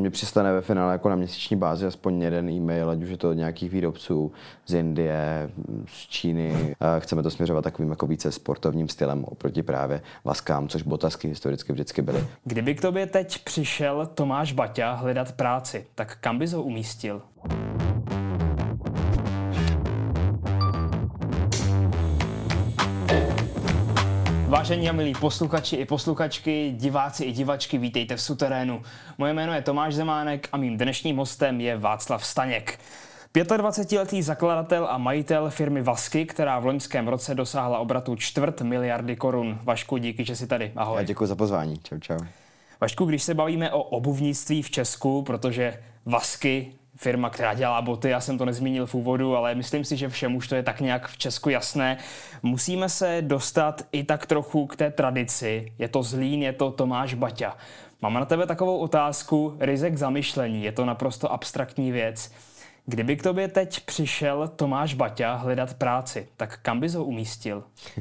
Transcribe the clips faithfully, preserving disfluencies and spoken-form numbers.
mě přistane ve finále jako na měsíční bázi aspoň jeden e-mail, ať už je to od nějakých výrobců z Indie, z Číny. Chceme to směřovat takovým jako více sportovním stylem oproti právě vaskám, což botasky historicky vždycky byly. Kdyby k tobě teď přišel Tomáš Baťa hledat práci, tak kam bys ho umístil? Vážení a milí posluchači i posluchačky, diváci i divačky, vítejte v Suterénu. Moje jméno je Tomáš Zemánek a mým dnešním hostem je Václav Staněk. dvacetipětiletý zakladatel a majitel firmy Vasky, která v loňském roce dosáhla obratu čtvrt miliardy korun. Vašku, díky, že jsi tady. Ahoj. Já děkuji za pozvání. Čau, čau. Vašku, když se bavíme o obuvnictví v Česku, protože Vasky, firma, která dělá boty, já jsem to nezmínil v úvodu, ale myslím si, že všem už to je tak nějak v Česku jasné. Musíme se dostat i tak trochu k té tradici. Je to Zlín, je to Tomáš Baťa. Mám na tebe takovou otázku, ryze k zamyšlení. Je to naprosto abstraktní věc. Kdyby k tobě teď přišel Tomáš Baťa hledat práci, tak kam bys ho umístil?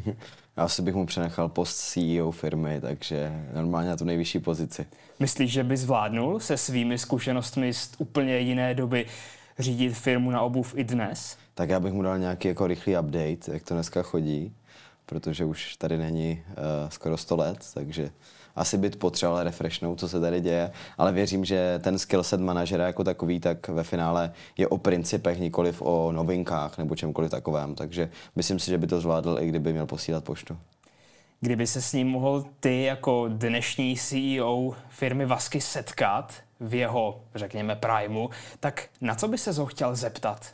Já asi bych mu přenechal post C E O firmy, takže normálně na tu nejvyšší pozici. Myslíš, že by zvládnul se svými zkušenostmi z úplně jiné doby řídit firmu na obuv i dnes? Tak já bych mu dal nějaký jako rychlý update, jak to dneska chodí, protože už tady není uh, skoro sto let, takže asi by potřeboval refreshnout, co se tady děje, ale věřím, že ten skillset manažera jako takový, tak ve finále je o principech, nikoliv o novinkách nebo čemkoliv takovém, takže myslím si, že by to zvládl, i kdyby měl posílat poštu. Kdyby se s ním mohl ty jako dnešní C E O firmy Vasky setkat v jeho, řekněme, primu, tak na co by se ho chtěl zeptat?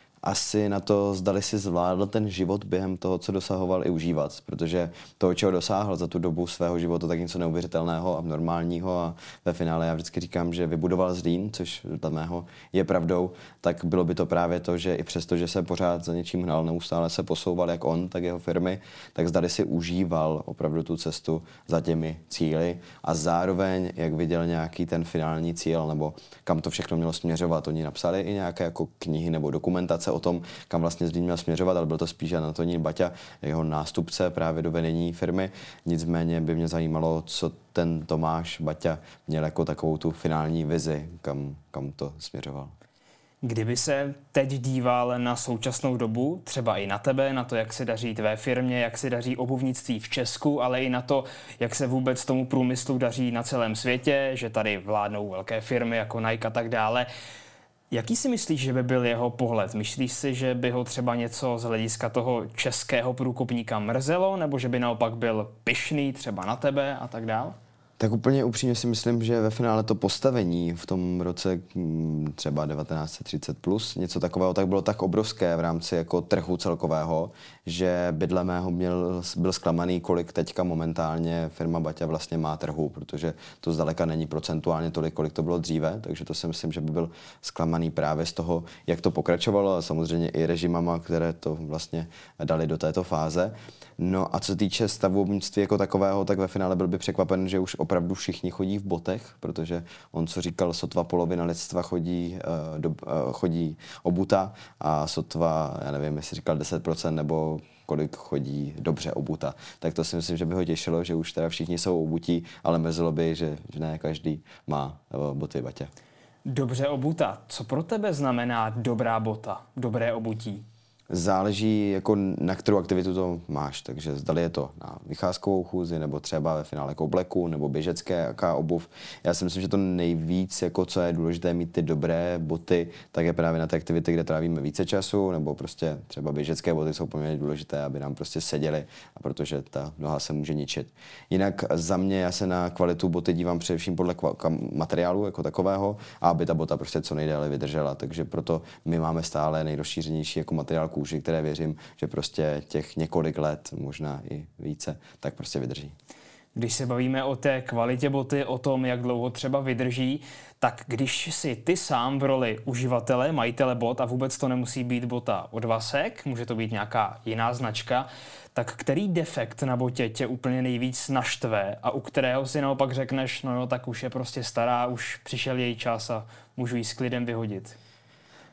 Asi na to, zdali si zvládl ten život během toho, co dosahoval, i užívat, protože to, čeho dosáhl za tu dobu svého života, tak něco neuvěřitelného a normálního a ve finále já vždycky říkám, že vybudoval Zlín, což dle mého je pravdou, tak bylo by to právě to, že i přesto, že se pořád za něčím hnal, neustále se posouval jak on, tak jeho firmy, tak zdali si užíval opravdu tu cestu za těmi cíli a zároveň, jak viděl nějaký ten finální cíl, nebo kam to všechno mělo směřovat. Oni napsali i nějaké jako knihy nebo dokumentace o tom, kam vlastně Zlín měl směřovat, ale byl to spíš Antonín Baťa, jeho nástupce právě do vedení firmy. Nicméně by mě zajímalo, co ten Tomáš Baťa měl jako takovou tu finální vizi, kam, kam to směřoval. Kdyby se teď díval na současnou dobu, třeba i na tebe, na to, jak se daří tvé firmě, jak se daří obuvnictví v Česku, ale i na to, jak se vůbec tomu průmyslu daří na celém světě, že tady vládnou velké firmy jako Nike a tak dále. Jaký si myslíš, že by byl jeho pohled? Myslíš si, že by ho třeba něco z hlediska toho českého průkopníka mrzelo, nebo že by naopak byl pyšný třeba na tebe a tak dále? Tak úplně upřímně si myslím, že ve finále to postavení v tom roce třeba devatenáct set třicet plus, něco takového, tak bylo tak obrovské v rámci jako trhu celkového, že by dle mého měl, byl zklamaný, kolik teďka momentálně firma Baťa vlastně má trhu, protože to zdaleka není procentuálně tolik, kolik to bylo dříve, takže to si myslím, že by byl zklamaný právě z toho, jak to pokračovalo a samozřejmě i režimama, které to vlastně dali do této fáze. No a co se týče stavu obuvnictví jako takového, tak ve finále byl by překvapen, že už opravdu všichni chodí v botech, protože on, co říkal, sotva polovina lidstva chodí, uh, do, uh, chodí obuta a sotva, já nevím, jestli říkal deset procent nebo kolik chodí dobře obuta. Tak to si myslím, že by ho těšilo, že už teda všichni jsou obutí, ale mrzelo by, že, že ne každý má uh, boty Baťa. Dobře obuta. Co pro tebe znamená dobrá bota, dobré obutí? Záleží, jako na kterou aktivitu to máš, takže zdali je to na vycházkovou chůzi, nebo třeba ve finále koubleku, nebo běžecké, jaká obuv. Já si myslím, že to nejvíc, jako co je důležité mít ty dobré boty, tak je právě na té aktivity, kde trávíme více času, nebo prostě třeba běžecké boty jsou poměrně důležité, aby nám prostě seděly, a protože ta noha se může ničit. Jinak za mě, já se na kvalitu boty dívám především podle materiálu jako takového, a aby ta bota prostě co nejdéle vydržela, takže proto my máme stále nejrozšířenější jako materiál kůži, které věřím, že prostě těch několik let, možná i více, tak prostě vydrží. Když se bavíme o té kvalitě boty, o tom, jak dlouho třeba vydrží, tak když si ty sám v roli uživatele, majitele bot, a vůbec to nemusí být bota od Vasek, může to být nějaká jiná značka, tak který defekt na botě tě úplně nejvíc naštve a u kterého si naopak řekneš, no jo, tak už je prostě stará, už přišel její čas a můžu ji s klidem vyhodit?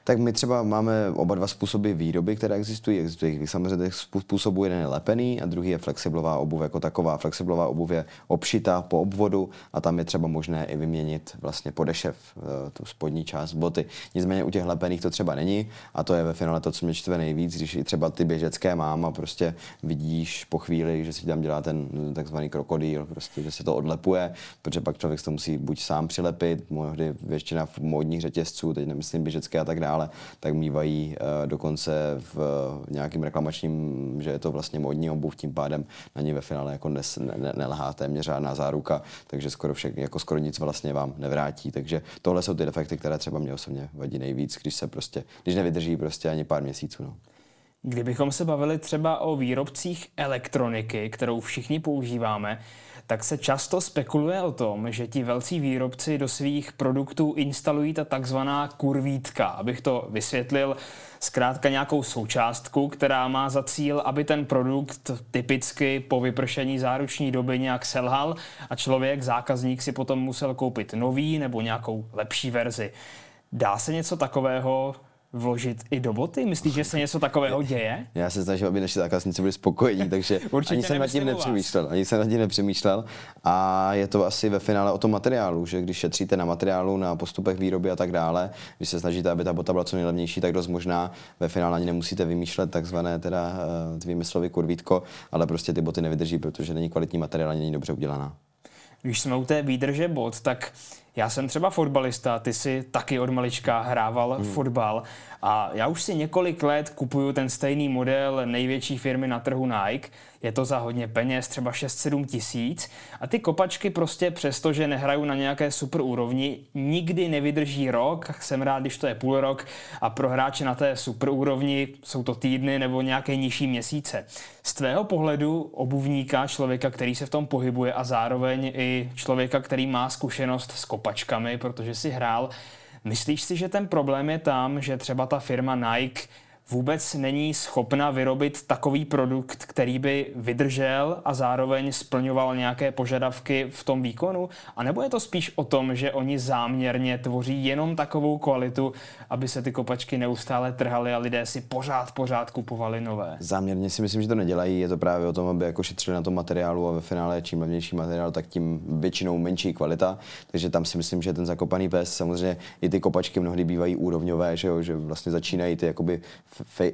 Tak my třeba máme oba dva způsoby výroby, které existují. Existuje jich samozřejmě způsobů, jeden je lepený a druhý je flexiblová obuv jako taková. Flexiblová obuv je obšitá po obvodu a tam je třeba možné i vyměnit vlastně podešev, tu spodní část boty. Nicméně u těch lepených to třeba není a to je ve finále to, co mě čtve nejvíc, když i třeba ty běžecké mám a prostě vidíš po chvíli, že si tam dělá ten takzvaný krokodýl, prostě, že se to odlepuje, protože pak člověk to musí buď sám přilepit, mnohdy většina módních řetězců, teď nemyslím běžecké a tak dále, tak mývají uh, dokonce v uh, nějakým reklamačním, že je to vlastně módní obuv, tím pádem na ní ve finále jako nes, ne, ne, nelhá téměř žádná záruka, takže skoro však, jako skoro nic vlastně vám nevrátí. Takže tohle jsou ty defekty, které třeba mě osobně vadí nejvíc, když se prostě, když nevydrží prostě ani pár měsíců. No. Kdybychom se bavili třeba o výrobcích elektroniky, kterou všichni používáme, tak se často spekuluje o tom, že ti velcí výrobci do svých produktů instalují ta takzvaná kurvítka. Abych to vysvětlil, zkrátka nějakou součástku, která má za cíl, aby ten produkt typicky po vypršení záruční doby nějak selhal a člověk, zákazník, si potom musel koupit nový nebo nějakou lepší verzi. Dá se něco takového vložit i do boty? Myslíš, že se něco takového děje? Já se snažím, aby naši zákazníci byli spokojení, takže ani jsem nad tím nepřemýšlel. Ani jsem nad tím nepřemýšlel. A je to asi ve finále o tom materiálu, že když šetříte na materiálu, na postupech výroby a tak dále, když se snažíte, aby ta bota byla co nejlevnější, tak dost možná ve finále ani nemusíte vymýšlet takzvané teda tvými slovy kurvítko, ale prostě ty boty nevydrží, protože není kvalitní materiál, ani není dobře udělaná. Když jsme u té výdrže bot, tak já jsem třeba fotbalista, ty si taky od malička hrával hmm. fotbal a já už si několik let kupuju ten stejný model největší firmy na trhu Nike. Je to za hodně peněz, třeba šest sedm tisíc a ty kopačky prostě přesto, že nehraju na nějaké super úrovni, nikdy nevydrží rok, jsem rád, když to je půl rok a pro hráče na té super úrovni jsou to týdny nebo nějaké nižší měsíce. Z tvého pohledu obuvníka, člověka, který se v tom pohybuje a zároveň i člověka, který má zkušenost s kopačkami, protože si hrál, myslíš si, že ten problém je tam, že třeba ta firma Nike vůbec není schopna vyrobit takový produkt, který by vydržel a zároveň splňoval nějaké požadavky v tom výkonu? A nebo je to spíš o tom, že oni záměrně tvoří jenom takovou kvalitu, aby se ty kopačky neustále trhaly a lidé si pořád, pořád kupovali nové? Záměrně si myslím, že to nedělají. Je to právě o tom, aby jako šetřili na tom materiálu a ve finále čím levnější materiál, tak tím většinou menší kvalita. Takže tam si myslím, že ten zakopaný pes, samozřejmě i ty kopačky mnohdy bývají úrovňové, že, jo, že vlastně začínají ty jakoby Fej,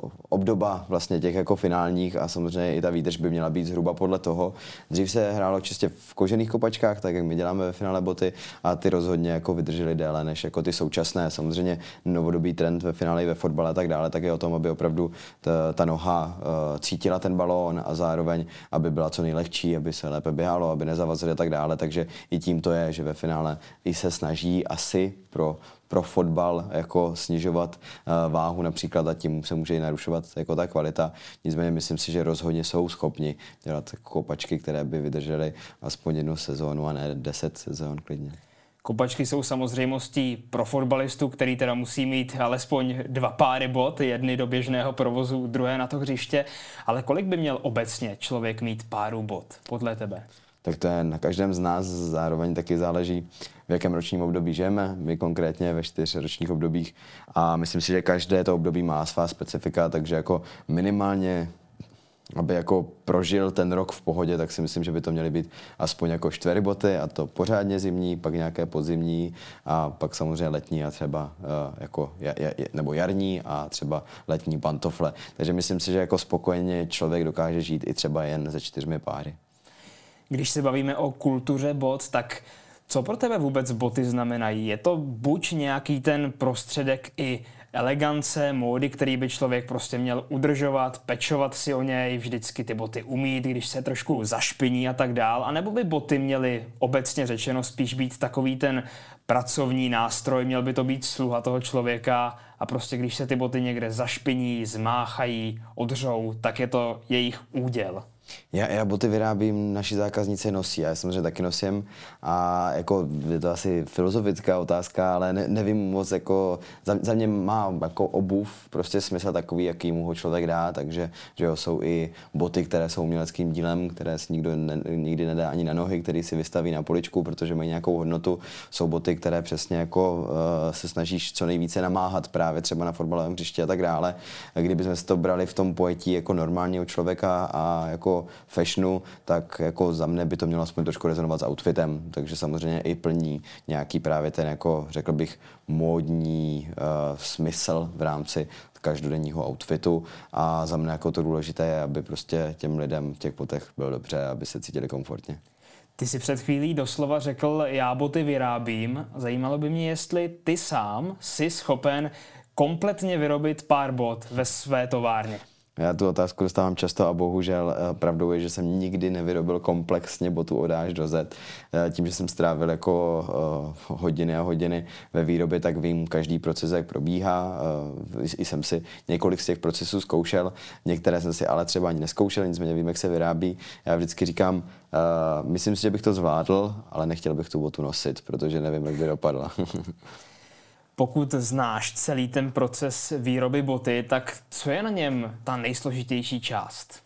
obdoba vlastně těch jako finálních a samozřejmě i ta výdrž by měla být zhruba podle toho. Dřív se hrálo čistě v kožených kopačkách, tak jak my děláme ve finále boty a ty rozhodně jako vydržely déle než jako ty současné. Samozřejmě novodobý trend ve finále i ve fotbale a tak dále, tak je o tom, aby opravdu ta, ta noha uh, cítila ten balón a zároveň, aby byla co nejlehčí, aby se lépe běhalo, aby nezavazily a tak dále. Takže i tím to je, že ve finále i se snaží asi pro pro fotbal jako snižovat uh, váhu například a tím se může i narušovat jako ta kvalita. Nicméně myslím si, že rozhodně jsou schopni dělat kopačky, které by vydržely aspoň jednu sezónu a ne deset sezón klidně. Kopačky jsou samozřejmostí pro fotbalistu, který teda musí mít alespoň dva páry bot, jedny do běžného provozu, druhé na to hřiště, ale kolik by měl obecně člověk mít párů bot podle tebe? Tak to je na každém z nás, zároveň taky záleží, v jakém ročním období žijeme. My konkrétně ve čtyř ročních obdobích a myslím si, že každé to období má svá specifika, takže jako minimálně, aby jako prožil ten rok v pohodě, tak si myslím, že by to měly být aspoň jako čtyři boty a to pořádně zimní, pak nějaké podzimní a pak samozřejmě letní a třeba uh, jako ja, ja, nebo jarní a třeba letní pantofle. Takže myslím si, že jako spokojeně člověk dokáže žít i třeba jen se čtyřmi páry. Když se bavíme o kultuře bot, tak co pro tebe vůbec boty znamenají? Je to buď nějaký ten prostředek i elegance, módy, který by člověk prostě měl udržovat, pečovat si o něj, vždycky ty boty umít, když se trošku zašpiní a tak dál, anebo by boty měly obecně řečeno spíš být takový ten pracovní nástroj, měl by to být sluha toho člověka a prostě když se ty boty někde zašpiní, zmáchají, odřou, tak je to jejich úděl. Já, já boty vyrábím, naši zákazníci nosí, já je samozřejmě taky nosím a jako je to asi filozofická otázka, ale ne, nevím moc, jako za, za mě má jako obuv prostě smysl takový, jaký mu ho člověk dá, takže že jo, jsou i boty, které jsou uměleckým dílem, které si nikdo ne, nikdy nedá ani na nohy, který si vystaví na poličku, protože mají nějakou hodnotu. Jsou boty, které přesně jako uh, se snažíš co nejvíce namáhat právě třeba na fotbalovém hřišti a tak dále. Kdybychom si to brali v tom pojetí jako normálního člověka a jako fashionu, tak jako za mne by to mělo aspoň trošku rezonovat s outfitem, takže samozřejmě i plní nějaký právě ten, jako řekl bych, módní uh, smysl v rámci každodenního outfitu a za mne jako to důležité je, aby prostě těm lidem v těch botech bylo dobře, aby se cítili komfortně. Ty si před chvílí doslova řekl, já boty vyrábím. Zajímalo by mě, jestli ty sám jsi schopen kompletně vyrobit pár bot ve své továrně. Já tu otázku dostávám často a bohužel pravdou je, že jsem nikdy nevyrobil komplexně botu od A až do Z. Tím, že jsem strávil jako uh, hodiny a hodiny ve výrobě, tak vím každý proces, jak probíhá. Uh, I jsem si několik z těch procesů zkoušel, některé jsem si ale třeba ani neskoušel, nicméně vím, jak se vyrábí. Já vždycky říkám, uh, myslím si, že bych to zvládl, ale nechtěl bych tu botu nosit, protože nevím, jak by dopadla. Pokud znáš celý ten proces výroby boty, tak co je na něm ta nejsložitější část?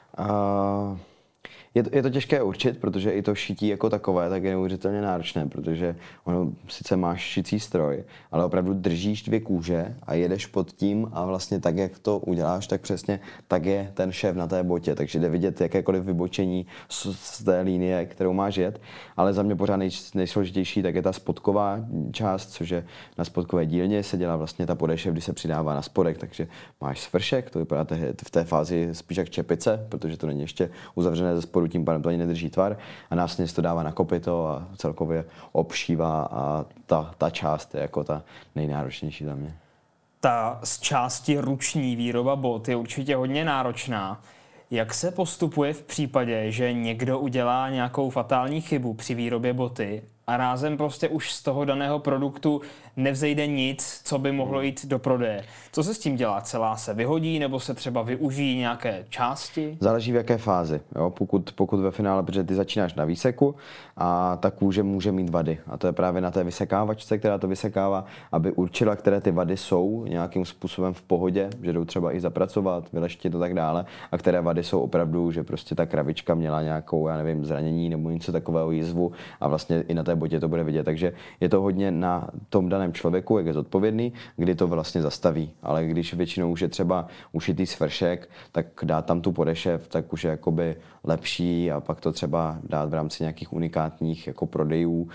Uh, je, to, je to těžké určit, protože i to šití jako takové tak je neuvěřitelně náročné, protože ono sice máš šicí stroj, ale opravdu držíš dvě kůže a jedeš pod tím a vlastně tak, jak to uděláš, tak přesně tak je ten šéf na té botě, takže jde vidět jakékoliv vybočení z, z té linie, kterou máš jet, ale za mě pořád nej, nejsložitější tak je ta spodková část, což je na spodkové dílně se dělá vlastně ta podešev, kdy se přidává na spodek, takže máš svršek, to vypadá v té fázi spíš jak čepice, protože to není ještě uzavřené ze spodu, tím pádem to ani nedrží tvar a následně se to dává na kopyto a celkově obšívá a ta, ta část je jako ta nejnáročnější za mě. Ta z části ruční výroba bot je určitě hodně náročná. Jak se postupuje v případě, že někdo udělá nějakou fatální chybu při výrobě boty a rázem prostě už z toho daného produktu nevzejde nic, co by mohlo jít do prodeje? Co se s tím dělá? Celá se vyhodí nebo se třeba využijí nějaké části? Záleží v jaké fázi. Jo? Pokud, pokud ve finále, protože ty začínáš na výseku a ta kůže může mít vady. A to je právě na té vysekávačce, která to vysekává, aby určila, které ty vady jsou nějakým způsobem v pohodě, že jdou třeba i zapracovat, vyleštit a tak dále, a které vady jsou opravdu, že prostě ta kravička měla nějakou, já nevím, zranění nebo něco takového, jizvu a vlastně i na té botě to bude vidět. Takže je to hodně na tom daném člověku, jak je zodpovědný, kdy to vlastně zastaví. Ale když většinou už je třeba ušitý svršek, tak dát tam tu podešev, tak už je jakoby lepší a pak to třeba dát v rámci nějakých unikátních jako prodejů uh,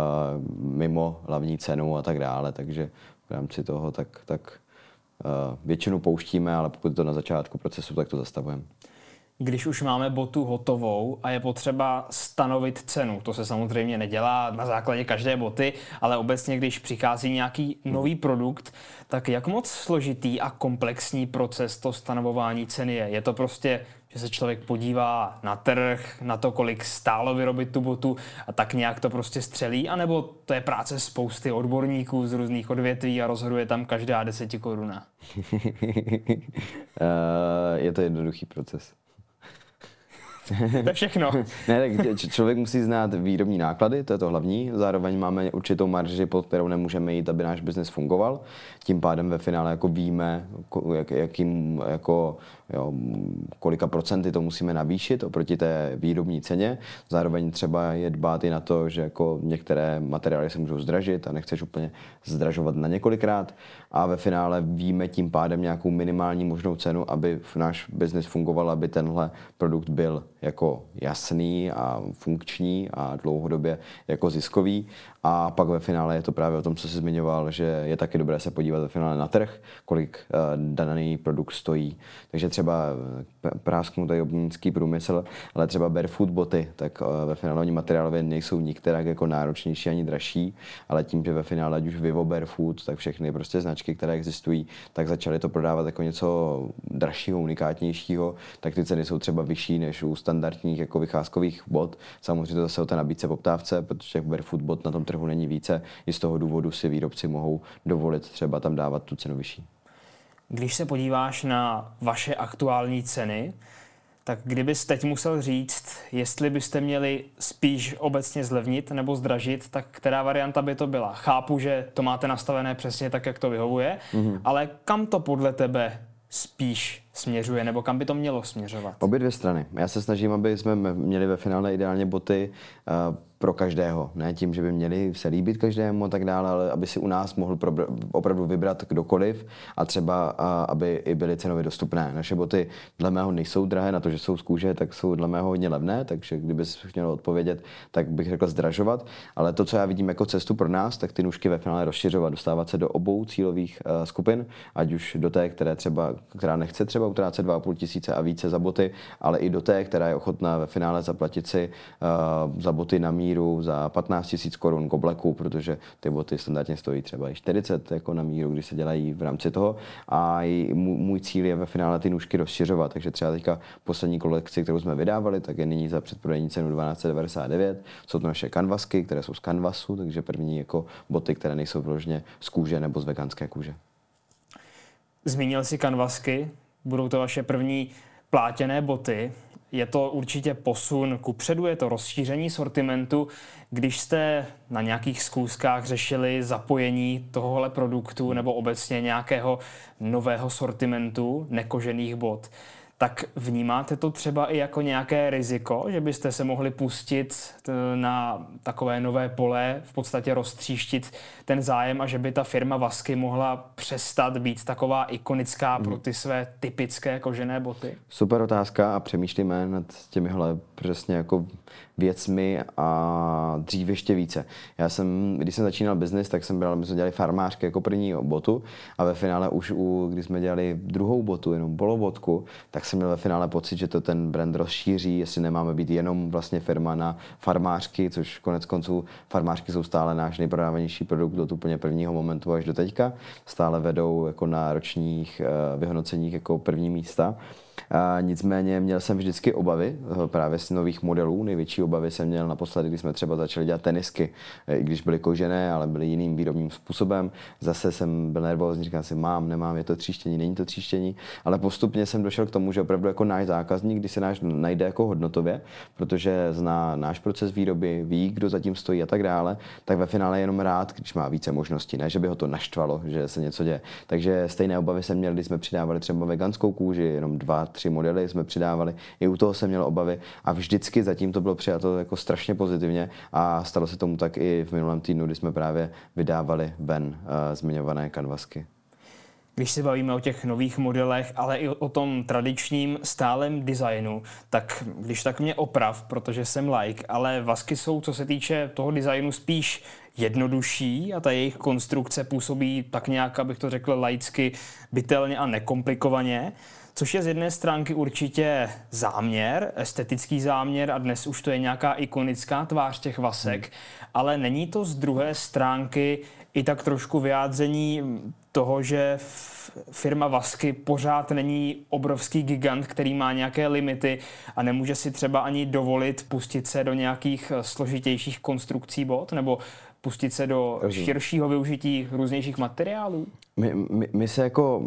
mimo hlavní cenu a tak dále. Takže v rámci toho tak, tak uh, většinu pouštíme, ale pokud je to na začátku procesu, tak to zastavujeme. Když už máme botu hotovou a je potřeba stanovit cenu, to se samozřejmě nedělá na základě každé boty, ale obecně, když přichází nějaký nový produkt, tak jak moc složitý a komplexní proces to stanovování ceny je? Je to prostě, že se člověk podívá na trh, na to, kolik stálo vyrobit tu botu a tak nějak to prostě střelí, anebo to je práce spousty odborníků z různých odvětví a rozhoduje tam každá deseti koruna? Je to jednoduchý proces. To je všechno. Ne, tak člověk musí znát výrobní náklady, to je to hlavní. Zároveň máme určitou marži, pod kterou nemůžeme jít, aby náš biznes fungoval. Tím pádem ve finále jako víme, jak, jakým, jako, jo, kolika procenty to musíme navýšit oproti té výrobní ceně. Zároveň třeba je dbát i na to, že jako některé materiály se můžou zdražit a nechceš úplně zdražovat na několikrát. A ve finále víme tím pádem nějakou minimální možnou cenu, aby náš biznes fungoval, aby tenhle produkt byl jako jasný a funkční a dlouhodobě jako ziskový. A pak ve finále je to právě o tom, co jsi zmiňoval, že je taky dobré se podívat ve finále na trh, kolik uh, daný produkt stojí. Takže třeba prásknu tady obuvnický průmysl, ale třeba barefoot boty, tak uh, ve finále oni materiálově nejsou nikterak jako náročnější ani dražší, ale tím, že ve finále ať už Vivo barefoot, tak všechny prostě značky, které existují, tak začaly to prodávat jako něco dražšího, unikátnějšího, tak ty ceny jsou třeba vyšší než u standardních jako vycházkových bot. Samozřejmě to zase o té nabídce poptávce, protože těch barefoot bot na tom trhu není více. I z toho důvodu si výrobci mohou dovolit třeba tam dávat tu cenu vyšší. Když se podíváš na vaše aktuální ceny, Tak kdybys teď musel říct, jestli byste měli spíš obecně zlevnit nebo zdražit, tak která varianta by to byla? Chápu, že to máte nastavené přesně tak, jak to vyhovuje, mm-hmm. ale kam to podle tebe spíš směřuje, nebo kam by to mělo směřovat? Obě dvě strany. Já se snažím, aby jsme měli ve finále ideálně boty uh, pro každého. Ne tím, že by měli se líbit každému a tak dále, ale aby si u nás mohl probr- opravdu vybrat kdokoliv a třeba, uh, aby i byly cenově dostupné. Naše boty dle mého nejsou drahé, na to, že jsou z kůže, tak jsou dle mého hodně levné, takže kdybys chtěl odpovědět, tak bych řekl zdražovat. Ale to, co já vidím jako cestu pro nás, tak ty nůžky ve finále rozšiřovat, dostávat se do obou cílových uh, skupin, ať už do té, které třeba, která nechce třeba utrácet dva a půl tisíce a více za boty, ale i do té, která je ochotná ve finále zaplatit si uh, za boty na míru za patnáct tisíc korun k obleku, protože ty boty standardně stojí třeba i čtyřicet jako na míru, když se dělají v rámci toho. A i můj cíl je ve finále ty nůžky rozšiřovat, takže třeba teďka poslední kolekci, kterou jsme vydávali, tak je nyní za předprodejní cenu dvanáct set devadesát devět. Jsou to naše kanvasky, které jsou z kanvasu, takže první jako boty, které nejsou vyloženě z kůže nebo z veganské kůže. Zmínil jsi kanvasky, budou to vaše první plátěné boty. Je to určitě posun kupředu, je to rozšíření sortimentu. Když jste na nějakých zkouškách řešili zapojení tohohle produktu nebo obecně nějakého nového sortimentu nekožených bot, tak vnímáte to třeba i jako nějaké riziko, že byste se mohli pustit na takové nové pole, v podstatě roztříštit ten zájem a že by ta firma Vasky mohla přestat být taková ikonická mm. pro ty své typické kožené boty? Super otázka a přemýšlíme nad těmihle přesně jako věcmi a dřív ještě více. Já jsem, když jsem začínal biznis, tak jsem bral, my jsme dělali farmářky jako první botu a ve finále už, u, když jsme dělali druhou botu, jenom polobotku, tak jsem měl ve finále pocit, že to ten brand rozšíří, jestli nemáme být jenom vlastně firma na farmářky, což konec konců farmářky jsou stále náš nejprodávanější produkt od úplně prvního momentu až do teďka. Stále vedou jako na ročních vyhodnoceních jako první místa. A nicméně měl jsem vždycky obavy právě z nových modelů. Největší obavy jsem měl naposledy, když jsme třeba začali dělat tenisky, i když byly kožené, ale byly jiným výrobním způsobem. Zase jsem byl nervózní, říkal si, mám, nemám, je to tříštění, není to tříštění, ale postupně jsem došel k tomu, že opravdu jako náš zákazník, když se náš najde jako hodnotově, protože zná náš proces výroby, ví, kdo zatím stojí a tak dále, tak ve finále je jenom rád, když má více možností, ne, že by ho to naštvalo, že se něco děje. Takže stejné obavy jsem měl, když jsme přidávali třeba veganskou kůži, jenom dva, tři modely jsme přidávali, i u toho jsem měl obavy a vždycky zatím to bylo přijato jako strašně pozitivně a stalo se tomu tak i v minulém týdnu, kdy jsme právě vydávali ven uh, zmiňované kanvasky. Když se bavíme o těch nových modelech, ale i o tom tradičním stálem designu, tak když tak mě oprav, protože jsem like, ale Vasky jsou, co se týče toho designu, spíš jednodušší a ta jejich konstrukce působí tak nějak, abych to řekl laicky, bytelně a nekomplikovaně. Což je z jedné stránky určitě záměr, estetický záměr a dnes už to je nějaká ikonická tvář těch Vasek, hmm. ale není to z druhé stránky i tak trošku vyjádření toho, že firma Vasky pořád není obrovský gigant, který má nějaké limity a nemůže si třeba ani dovolit pustit se do nějakých složitějších konstrukcí bot nebo pustit se do Rozumím. širšího využití různějších materiálů? My, my, my se jako...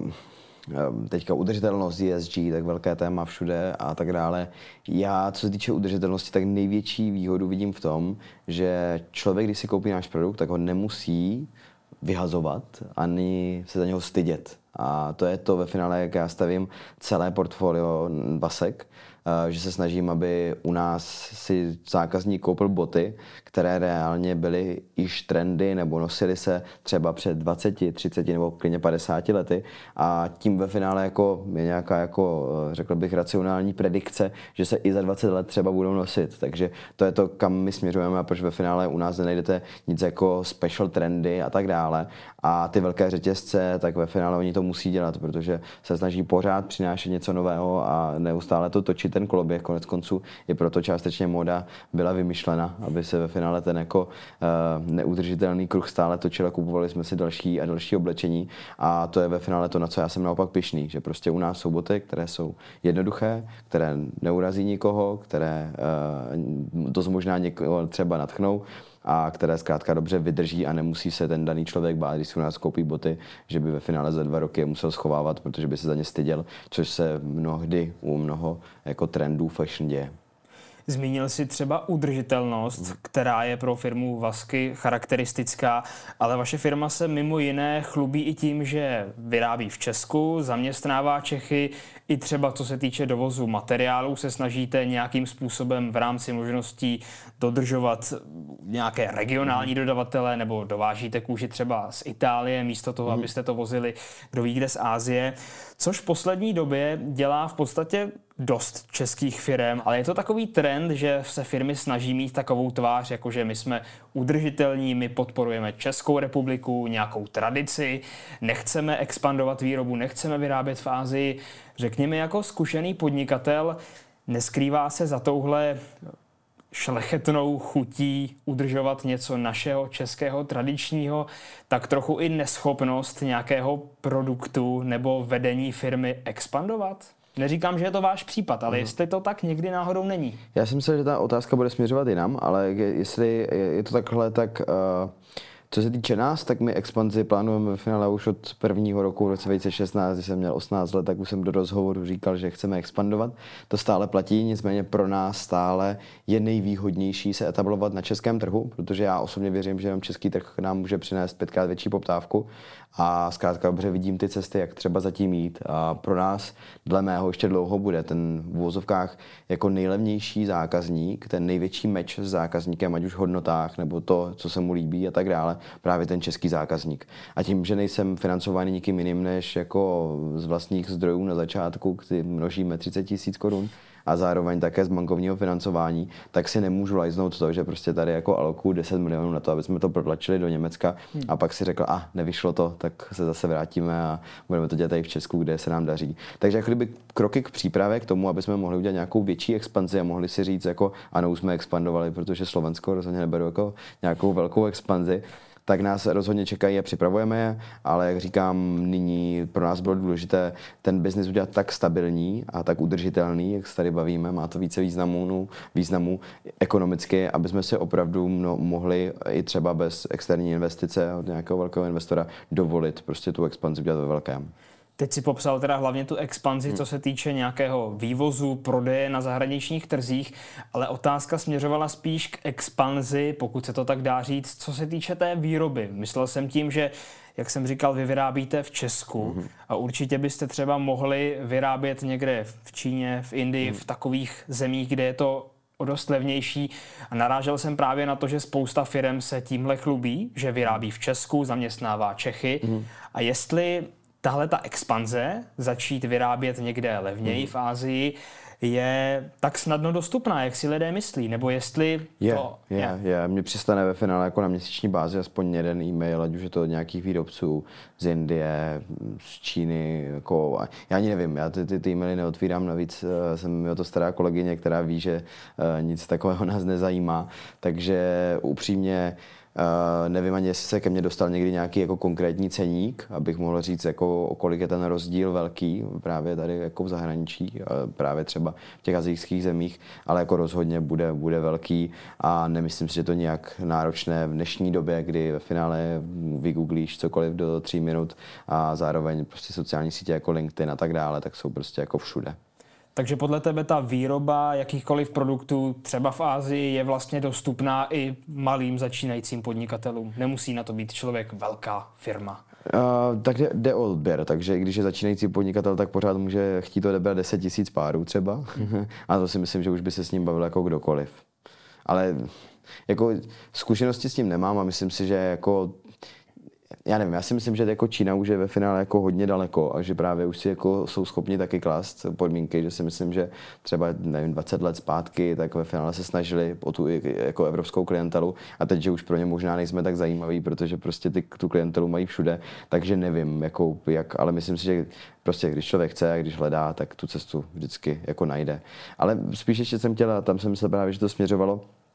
Teďka udržitelnost, E S G, tak velké téma všude a tak dále. Já, co se týče udržitelnosti, tak největší výhodu vidím v tom, že člověk, když si koupí náš produkt, tak ho nemusí vyhazovat ani se za něho stydět. A to je to ve finále, jak já stavím celé portfolio Vasek, že se snažím, aby u nás si zákazník koupil boty, které reálně byly již trendy nebo nosily se třeba před dvaceti, třiceti nebo klidně padesáti lety a tím ve finále jako je nějaká jako, řekl bych, racionální predikce, že se i za dvacet let třeba budou nosit. Takže to je to, kam my směřujeme a proč ve finále u nás nenajdete nic jako special trendy a tak dále. A ty velké řetězce, tak ve finále oni to musí dělat, protože se snaží pořád přinášet něco nového a neustále to točit ten koloběh. Konec konců i proto částečně móda byla vymyšlena, aby se ve finále ten jako uh, neudržitelný kruh stále točil a kupovali jsme si další a další oblečení a to je ve finále to, na co já jsem naopak pyšný, že prostě u nás jsou boty, které jsou jednoduché, které neurazí nikoho, které uh, to možná někoho třeba natchnou a které zkrátka dobře vydrží a nemusí se ten daný člověk bát, když si u nás koupí boty, že by ve finále za dva roky je musel schovávat, protože by se za ně styděl, což se mnohdy u mnoho jako trendů fashion děje. Zmínil si třeba udržitelnost, hmm. která je pro firmu Vasky charakteristická, ale vaše firma se mimo jiné chlubí i tím, že vyrábí v Česku, zaměstnává Čechy, i třeba co se týče dovozu materiálů se snažíte nějakým způsobem v rámci možností dodržovat nějaké regionální hmm. dodavatele, nebo dovážíte kůži třeba z Itálie, místo toho, hmm. abyste to vozili kdo ví kde z Asie, což v poslední době dělá v podstatě dost českých firem, ale je to takový trend, že se firmy snaží mít takovou tvář, jakože my jsme udržitelní, my podporujeme Českou republiku, nějakou tradici, nechceme expandovat výrobu, nechceme vyrábět v Asii. Řekněme, jako zkušený podnikatel, neskrývá se za touhle šlechetnou chutí udržovat něco našeho, českého, tradičního, tak trochu i neschopnost nějakého produktu nebo vedení firmy expandovat? Neříkám, že je to váš případ, ale jestli to tak někdy náhodou není. Já jsem myslel, že ta otázka bude směřovat jinam, ale jestli je to takhle, tak uh, co se týče nás, tak my expanzi plánujeme ve finále už od prvního roku v roce dva tisíce šestnáct, když jsem měl osmnáct let, tak už jsem do rozhovoru říkal, že chceme expandovat. To stále platí, nicméně pro nás stále je nejvýhodnější se etablovat na českém trhu, protože já osobně věřím, že jenom český trh nám může přinést pětkrát větší poptávku a zkrátka dobře vidím ty cesty, jak třeba zatím jít. A pro nás, dle mého, ještě dlouho bude ten v uvozovkách jako nejlevnější zákazník, ten největší meč s zákazníkem, ať už v hodnotách, nebo to, co se mu líbí a tak dále, právě ten český zákazník. A tím, že nejsem financovaný nikým jiným než jako z vlastních zdrojů na začátku, kdy množíme třicet tisíc korun, a zároveň také z bankovního financování, tak si nemůžu lajznout to, že prostě tady jako alokuju deset milionů na to, aby jsme to protlačili do Německa hmm. a pak si řekl, a ah, nevyšlo to, tak se zase vrátíme a budeme to dělat tady v Česku, kde se nám daří. Takže jako kdyby kroky k přípravě k tomu, aby jsme mohli udělat nějakou větší expanzi a mohli si říct, jako ano, už jsme expandovali, protože Slovensko rozhodně neberu jako nějakou velkou expanzi, tak nás rozhodně čekají a připravujeme je, ale jak říkám, nyní pro nás bylo důležité ten biznis udělat tak stabilní a tak udržitelný, jak se tady bavíme, má to více významů, významů ekonomicky, aby jsme si opravdu mno, mohli i třeba bez externí investice od nějakého velkého investora dovolit prostě tu expanzi udělat ve velkém. Teď si popsal teda hlavně tu expanzi, co se týče nějakého vývozu, prodeje na zahraničních trzích, ale otázka směřovala spíš k expanzi, pokud se to tak dá říct, co se týče té výroby. Myslel jsem tím, že, jak jsem říkal, vy vyrábíte v Česku mm-hmm. a určitě byste třeba mohli vyrábět někde v Číně, v Indii, mm. v takových zemích, kde je to o dost levnější. A narážel jsem právě na to, že spousta firem se tímhle chlubí, že vyrábí v Česku, zaměstnává Čechy. Mm. A jestli tahle ta expanze, začít vyrábět někde levněji mm. v Asii, je tak snadno dostupná, jak si lidé myslí, nebo jestli je, to... Je, je, je. Mně přistane ve finále jako na měsíční bázi aspoň jeden e-mail, ať už je to od nějakých výrobců z Indie, z Číny, jako... Já ani nevím, já ty, ty, ty e-maily neotvírám, navíc jsem mi to stará kolegyně, která ví, že uh, nic takového nás nezajímá, takže upřímně Uh, nevím ani, jestli se ke mně dostal někdy nějaký jako konkrétní ceník, abych mohl říct, jako, o kolik je ten rozdíl velký právě tady jako v zahraničí, uh, právě třeba v těch asijských zemích, ale jako rozhodně bude, bude velký a nemyslím si, že to nějak náročné v dnešní době, kdy ve finále vygooglíš cokoliv do tří minut a zároveň prostě sociální sítě jako LinkedIn a tak dále, tak jsou prostě jako všude. Takže podle tebe ta výroba jakýchkoliv produktů třeba v Asii je vlastně dostupná i malým začínajícím podnikatelům. Nemusí na to být člověk velká firma. Uh, tak jde, jde o odběr, takže když je začínající podnikatel, tak pořád může chtít odebrat deset tisíc párů třeba. A to si myslím, že už by se s ním bavil jako kdokoliv. Ale jako zkušenosti s tím nemám a myslím si, že jako já nevím, já si myslím, že jako Čína už je ve finále jako hodně daleko a že právě už si jako jsou schopni taky klást podmínky, že si myslím, že třeba nevím, dvacet let zpátky tak ve finále se snažili o tu jako evropskou klientelu a teď, že už pro ně možná nejsme tak zajímaví, protože prostě ty, tu klientelu mají všude, takže nevím, jako, jak, ale myslím si, že prostě když člověk chce a když hledá, tak tu cestu vždycky jako najde. Ale spíš ještě jsem chtěla, tam jsem myslel právě, že to směřovalo,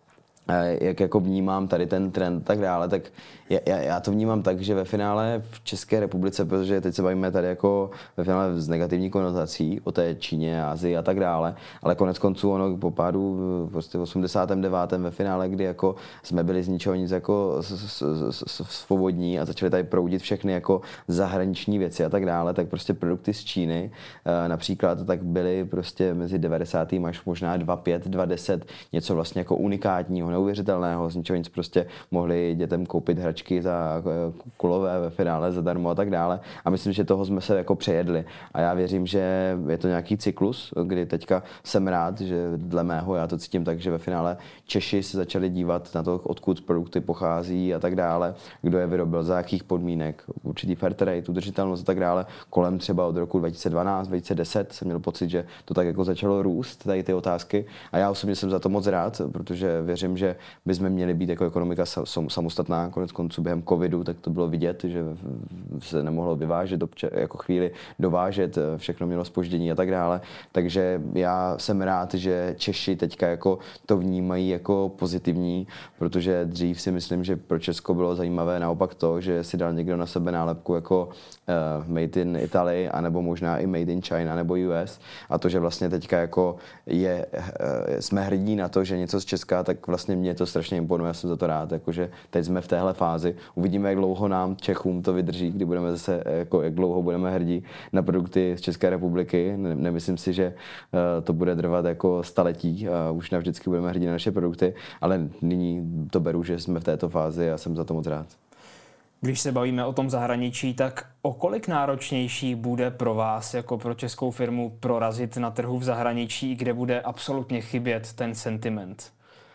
jak jako vnímám tady ten trend a tak dále, tak já, já to vnímám tak, že ve finále v České republice, protože teď se bavíme tady jako ve finále z negativní konotací o té Číně, Asii a tak dále, ale konec konců ono po pádu prostě v osmdesátém devátém ve finále, kdy jako jsme byli z ničeho nic jako svobodní a začali tady proudit všechny jako zahraniční věci a tak dále, tak prostě produkty z Číny například tak byly prostě mezi devadesátým až možná dva pět, dva deset něco vlastně jako unikátního, neuvěřitelného, z ničeho nic prostě mohli dětem koupit hračky za kulové ve finále zadarmo a tak dále. A myslím, že toho jsme se jako přejedli. A já věřím, že je to nějaký cyklus, kdy teďka jsem rád, že dle mého já to cítím tak, že ve finále Češi se začali dívat na to, odkud produkty pochází a tak dále, kdo je vyrobil, za jakých podmínek, určitý fair trade, udržitelnost a tak dále. Kolem třeba od roku dva tisíce dvanáct, dva tisíce deset jsem měl pocit, že to tak jako začalo růst, tady ty otázky. A já osobně jsem za to moc rád, protože věřím, že bychom měli být jako ekonomika samostatná. Konec konců během covidu, tak to bylo vidět, že se nemohlo vyvážet, jako chvíli dovážet, všechno mělo zpoždění a tak dále. Takže já jsem rád, že Češi teďka jako to vnímají jako pozitivní, protože dřív si myslím, že pro Česko bylo zajímavé naopak to, že si dal někdo na sebe nálepku jako uh, Made in Italy, anebo možná i Made in China nebo U S. A to, že vlastně teďka jako je, uh, jsme hrdí na to, že něco z Česka, tak vlastně mě to strašně imponuje, já jsem za to rád, jakože teď jsme v téhle fázi. Uvidíme, jak dlouho nám Čechům to vydrží, kdy budeme zase, jako jak dlouho budeme hrdí na produkty z České republiky. Ne, nemyslím si, že uh, to bude trvat jako staletí a už navždycky budeme hrdí na naše produkty, ale nyní to beru, že jsme v této fázi a jsem za to moc rád. Když se bavíme o tom zahraničí, tak o kolik náročnější bude pro vás, jako pro českou firmu, prorazit na trhu v zahraničí, kde bude absolutně chybět ten sentiment?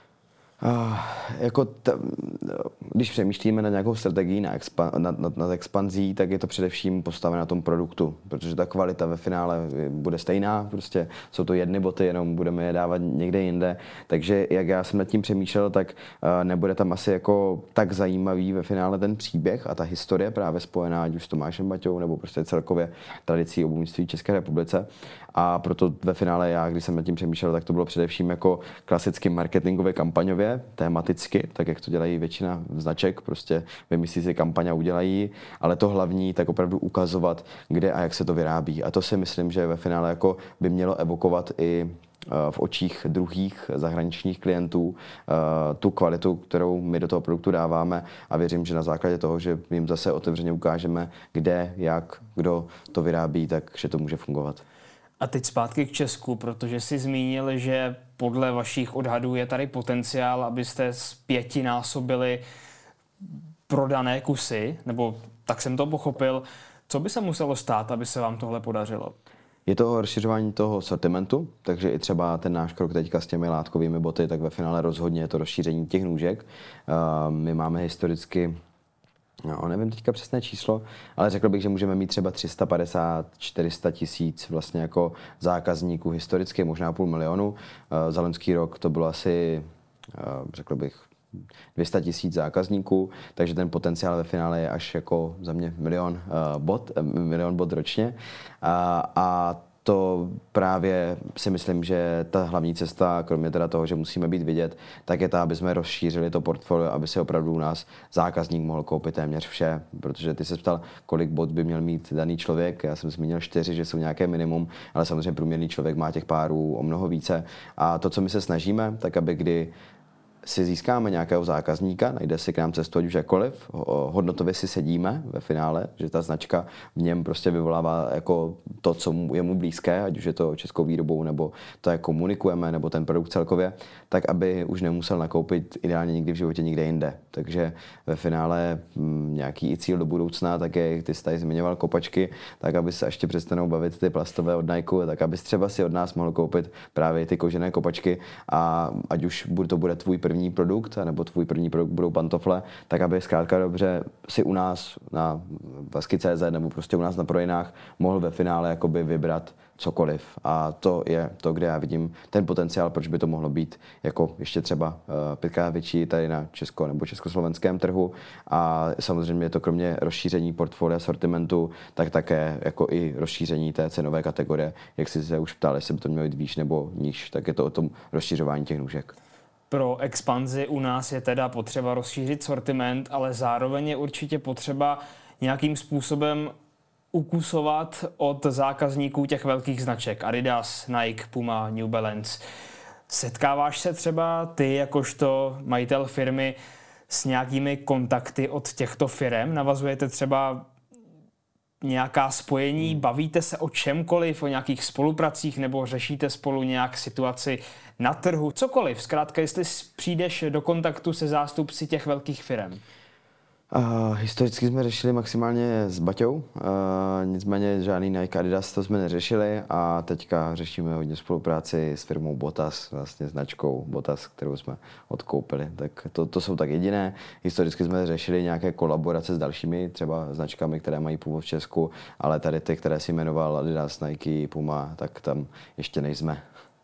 Uh, jako t- když přemýšlíme na nějakou strategii na, expa- na, na, na expanzí, tak je to především postavené na tom produktu, protože ta kvalita ve finále bude stejná, prostě jsou to jedny boty, jenom budeme je dávat někde jinde, takže jak já jsem nad tím přemýšlel, tak uh, nebude tam asi jako tak zajímavý ve finále ten příběh a ta historie právě spojená ať už s Tomášem Baťou nebo prostě celkově tradicí obuvnictví v České republice. A proto ve finále já, když jsem nad tím přemýšlel, tak to bylo především jako klasicky marketingové kampaňově, tematicky, tak jak to dělají většina značek, prostě vymyslí si kampaň a udělají, ale to hlavní tak opravdu ukazovat, kde a jak se to vyrábí. A to si myslím, že ve finále jako by mělo evokovat i v očích druhých zahraničních klientů tu kvalitu, kterou my do toho produktu dáváme a věřím, že na základě toho, že jim zase otevřeně ukážeme, kde, jak, kdo to vyrábí, takže to může fungovat. A teď zpátky k Česku, protože jsi zmínil, že podle vašich odhadů je tady potenciál, abyste zpětinásobili prodané kusy, nebo tak jsem to pochopil. Co by se muselo stát, aby se vám tohle podařilo? Je to rozšiřování toho sortimentu, takže i třeba ten náš krok teďka s těmi látkovými boty, tak ve finále rozhodně je to rozšíření těch nůžek. My máme historicky No, nevím teďka přesné číslo, ale řekl bych, že můžeme mít třeba tři sta padesát čtyři sta tisíc vlastně jako zákazníků historicky, možná půl milionu. Za loňský rok to bylo asi, řekl bych, dvě stě tisíc zákazníků, takže ten potenciál ve finále je až jako za mě milion bot, milion bot ročně. A, a to právě si myslím, že ta hlavní cesta, kromě teda toho, že musíme být vidět, tak je ta, aby jsme rozšířili to portfolio, aby si opravdu u nás zákazník mohl koupit téměř vše. Protože ty se ptal, kolik bot by měl mít daný člověk. Já jsem zmínil čtyři, že jsou nějaké minimum, ale samozřejmě průměrný člověk má těch párů o mnoho více. A to, co my se snažíme, tak aby kdy si získáme nějakého zákazníka, najde si k nám cestu, ať už jakkoliv, hodnotově si sedíme ve finále, že ta značka v něm prostě vyvolává jako to, co je mu blízké, ať už je to českou výrobou, nebo to, jak komunikujeme, nebo ten produkt celkově, tak aby už nemusel nakoupit ideálně nikdy v životě nikde jinde. Takže ve finále m, nějaký i cíl do budoucna, tak je, ty jsi tady zmiňoval kopačky, tak aby se ještě přestanou bavit ty plastové od Nike, tak abys třeba si od nás mohl koupit právě ty kožené kopačky a ať už to bude tvůj první první produkt, nebo tvůj první produkt budou pantofle, tak aby zkrátka dobře si u nás na Vasky tečka cé zet nebo prostě u nás na prodejnách mohl ve finále jakoby vybrat cokoliv. A to je to, kde já vidím ten potenciál, proč by to mohlo být jako ještě třeba uh, pětkrát větší tady na česko- nebo československém trhu. A samozřejmě je to kromě rozšíření portfolia sortimentu, tak také jako i rozšíření té cenové kategorie. Jak jsi se už ptal, jestli by to mělo jít výš nebo níž, tak je to o tom rozšířování těch nůžek. Pro expanzi u nás je teda potřeba rozšířit sortiment, ale zároveň je určitě potřeba nějakým způsobem ukusovat od zákazníků těch velkých značek Adidas, Nike, Puma, New Balance. Setkáváš se třeba ty jakožto majitel firmy s nějakými kontakty od těchto firem? Navazujete třeba nějaká spojení, bavíte se o čemkoliv, o nějakých spolupracích nebo řešíte spolu nějak situaci na trhu, cokoliv. Zkrátka, jestli přijdeš do kontaktu se zástupci těch velkých firem. Uh, historicky jsme řešili maximálně s Baťou, uh, nicméně žádný Nike, Adidas to jsme neřešili a teďka řešíme hodně spolupráci s firmou Botas, vlastně značkou Botas, kterou jsme odkoupili. Tak to, to jsou tak jediné. Historicky jsme řešili nějaké kolaborace s dalšími třeba značkami, které mají původ v Česku, ale tady ty, které si jmenoval Adidas, Nike, Puma, tak tam ještě nejsme.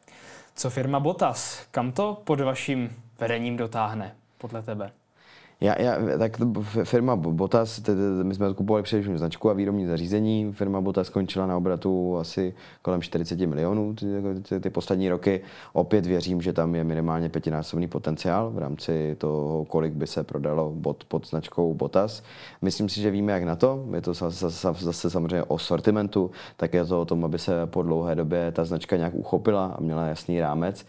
Co firma Botas? Kam to pod vaším vedením dotáhne podle tebe? Já, já, tak firma Botas, my jsme kupovali především značku a výrobní zařízení. Firma Botas skončila na obratu asi kolem čtyřicet milionů ty, ty, ty poslední roky. Opět věřím, že tam je minimálně pětinásobný potenciál v rámci toho, kolik by se prodalo bot pod značkou Botas. Myslím si, že víme, jak na to. Je to zase, zase samozřejmě o sortimentu, tak je to o tom, aby se po dlouhé době ta značka nějak uchopila a měla jasný rámec.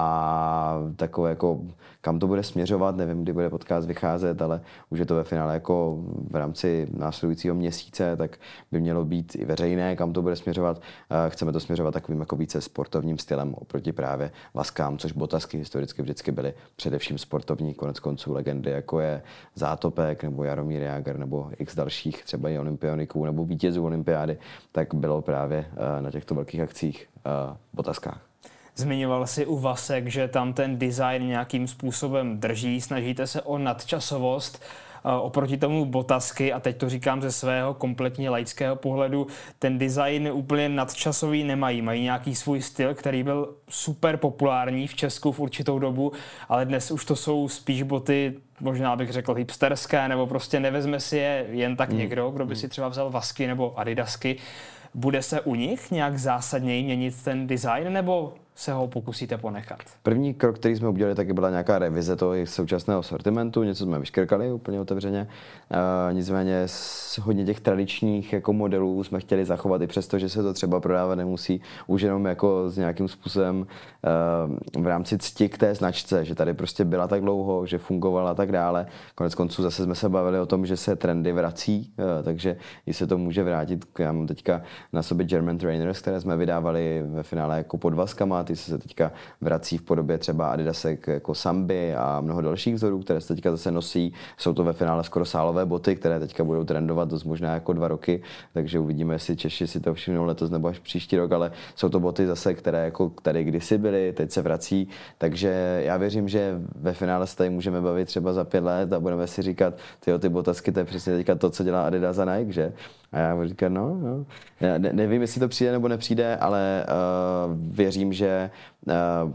A takové jako, kam to bude směřovat, nevím, kdy bude podcast vycházet, ale už je to ve finále jako v rámci následujícího měsíce, tak by mělo být i veřejné, kam to bude směřovat. Chceme to směřovat takovým jako více sportovním stylem oproti právě Vaskám, což Botasky historicky vždycky byly především sportovní, konec konců legendy, jako je Zátopek nebo Jaromír Jágr nebo x dalších, třeba i olympioniků nebo vítězů olympiády, tak bylo právě na těchto velkých akcích Botaskách. Zmiňoval jsi u Vasek, že tam ten design nějakým způsobem drží, snažíte se o nadčasovost oproti tomu Botasky, a teď to říkám ze svého kompletně laického pohledu, ten design úplně nadčasový nemají. Mají nějaký svůj styl, který byl super populární v Česku v určitou dobu, ale dnes už to jsou spíš boty, možná bych řekl hipsterské, nebo prostě nevezme si je jen tak hmm. někdo, kdo by si třeba vzal Vasky nebo Adidasky. Bude se u nich nějak zásadněji měnit ten design, nebo se ho pokusíte ponechat? První krok, který jsme udělali, taky byla nějaká revize toho současného sortimentu, něco jsme vyškrkali úplně otevřeně. E, nicméně s hodně těch tradičních jako modelů jsme chtěli zachovat i přesto, že se to třeba prodávat nemusí, už jenom jako s nějakým způsobem e, v rámci cti k té značce, že tady prostě byla tak dlouho, že fungovala a tak dále. Konec konců zase jsme se bavili o tom, že se trendy vrací, e, takže i se to může vrátit. Já mám teďka na sobě German Trainers, které jsme vydávali ve finále jako pod Vaskama, ty se teďka vrací v podobě třeba Adidasek jako Samby a mnoho dalších vzorů, které se teďka zase nosí. Jsou to ve finále skoro sálové boty, které teďka budou trendovat dost možná jako dva roky, takže uvidíme, jestli Češi si to všimnou letos nebo až příští rok, ale jsou to boty zase, které jako tady kdysi byly, teď se vrací, takže já věřím, že ve finále se tady můžeme bavit třeba za pět let a budeme si říkat, tyjo, ty botasky, to je přesně teďka to, co dělá Adidas a Nike, že? A já budu říkat, no, no. Já ne, nevím, jestli to přijde nebo nepřijde, ale uh, věřím, že uh,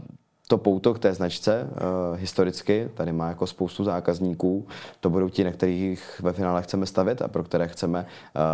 to pouto k té značce uh, historicky tady má jako spoustu zákazníků. To budou ti, na kterých ve finále chceme stavět a pro které chceme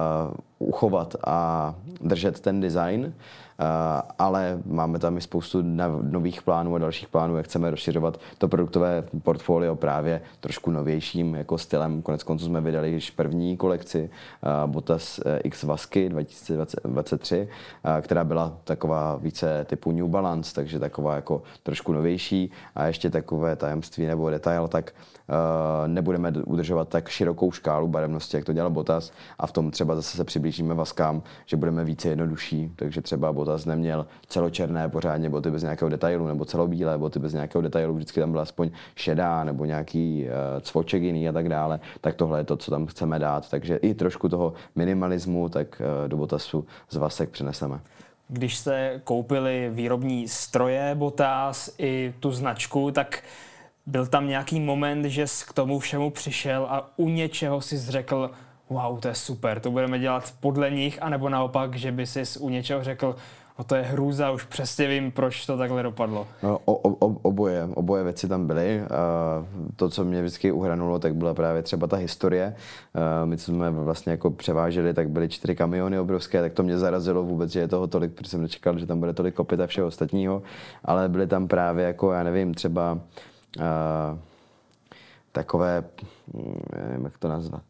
uh, uchovat a držet ten design. Uh, ale máme tam i spoustu nových plánů a dalších plánů, jak chceme rozšiřovat to produktové portfolio právě trošku novějším jako stylem. Konec konců jsme vydali již první kolekci uh, Botas uh, X Vasky dva tisíce dvacet tři, uh, která byla taková více typu New Balance, takže taková jako trošku novější a ještě takové tajemství nebo detail, tak uh, nebudeme udržovat tak širokou škálu barevnosti, jak to dělal Botas, a v tom třeba zase se přiblížíme Vaskám, že budeme více jednodušší, takže třeba Botas neměl celočerné pořádně boty bez nějakého detailu, nebo celobílé boty bez nějakého detailu, vždycky tam byla aspoň šedá, nebo nějaký uh, cvoček jiný a tak dále, tak tohle je to, co tam chceme dát, takže i trošku toho minimalismu, tak uh, do Botasu z Vasek přineseme. Když jste koupili výrobní stroje Botas i tu značku, tak byl tam nějaký moment, že jsi k tomu všemu přišel a u něčeho si řekl, wow, to je super, to budeme dělat podle nich, anebo naopak, že by si u něčeho řekl, o to je hrůza, už přesně vím, proč to takhle dopadlo. No, o, o, oboje, oboje věci tam byly. To, co mě vždycky uhranulo, tak byla právě třeba ta historie. My, co jsme vlastně jako převáželi, tak byly čtyři kamiony obrovské, tak to mě zarazilo vůbec, že je toho tolik, protože jsem nečekal, že tam bude tolik kopyt a všeho ostatního, ale byly tam právě jako, já nevím, třeba uh, takové, nevím, jak to nazvat,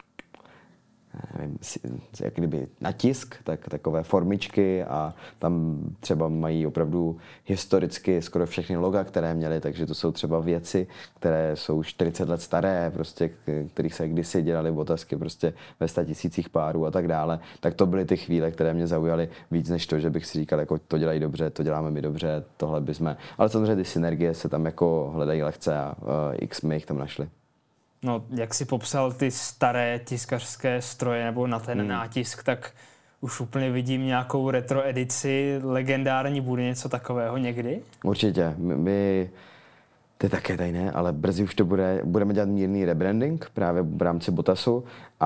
nevím, jak kdyby natisk, tak takové formičky a tam třeba mají opravdu historicky skoro všechny loga, které měly, takže to jsou třeba věci, které jsou čtyřicet let staré, prostě, kterých se kdysi dělaly otázky prostě ve sta tisících párů a tak dále, tak to byly ty chvíle, které mě zaujaly víc než to, že bych si říkal, jako to dělají dobře, to děláme my dobře, tohle bychom, ale samozřejmě ty synergie se tam jako hledají lehce a uh, x my jich tam našli. No, jak jsi popsal ty staré tiskařské stroje nebo na ten hmm. nátisk, tak už úplně vidím nějakou retro edici, legendární, bude něco takového někdy? Určitě. My, my to je také tajné, ale brzy už to bude, budeme dělat mírný rebranding právě v rámci Bottasu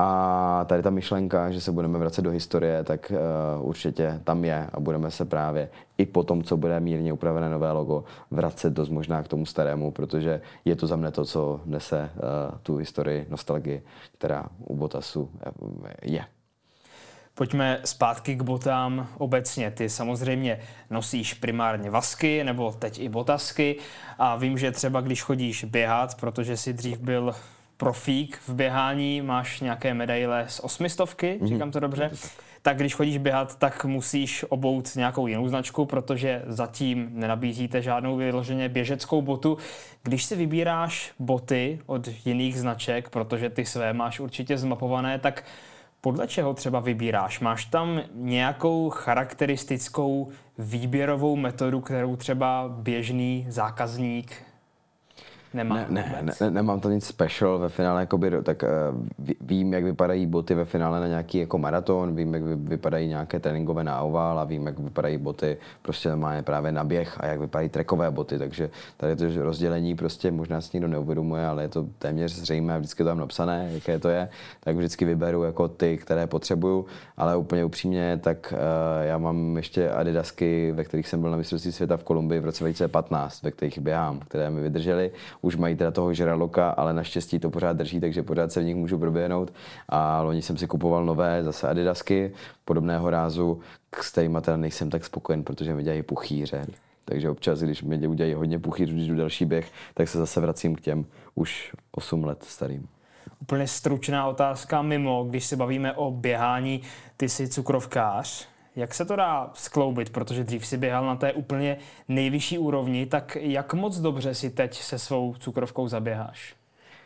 a tady ta myšlenka, že se budeme vracet do historie, tak uh, určitě tam je a budeme se právě i po tom, co bude mírně upravené nové logo, vracet dost možná k tomu starému, protože je to za mne to, co nese uh, tu historii, nostalgii, která u Bottasu je. Pojďme zpátky k botám obecně. Ty samozřejmě nosíš primárně vasky, nebo teď i botasky a vím, že třeba když chodíš běhat, protože jsi dřív byl profík v běhání, máš nějaké medaile z osmistovky, mm-hmm. říkám to dobře, tak když chodíš běhat, tak musíš obout nějakou jinou značku, protože zatím nenabízíte žádnou vyloženě běžeckou botu. Když si vybíráš boty od jiných značek, protože ty své máš určitě zmapované, tak podle čeho třeba vybíráš? Máš tam nějakou charakteristickou výběrovou metodu, kterou třeba běžný zákazník nemá? Ne, ne, ne, nemám to nic special ve finále, jakoby, tak uh, vím, jak vypadají boty ve finále na nějaký jako maraton, vím, jak vypadají nějaké tréninkové na oval a vím, jak vypadají boty prostě má právě na běh a jak vypadají trekové boty, takže tady to rozdělení prostě možná si nikdo neuvědomuje, ale je to téměř zřejmé, vždycky to tam napsané, jaké to je, tak vždycky vyberu jako ty, které potřebuju, ale úplně upřímně, tak uh, já mám ještě adidasky, ve kterých jsem byl na mistrovství světa v Kolumbii v roce dva tisíce patnáct, ve kterých běhám, které mi vydržely. Už mají teda toho žraloka, ale naštěstí to pořád drží, takže pořád se v nich můžu proběhnout. A loni jsem si kupoval nové zase adidasky podobného rázu, s kterýma teda nejsem tak spokojen, protože mi dělají puchýře. Takže občas, když mi udělají hodně puchýřů, když jdu další běh, tak se zase vracím k těm už osm let starým. Úplně stručná otázka mimo, když se bavíme o běhání, ty jsi cukrovkář. Jak se to dá skloubit, protože dřív si běhal na té úplně nejvyšší úrovni, tak jak moc dobře si teď se svou cukrovkou zaběháš?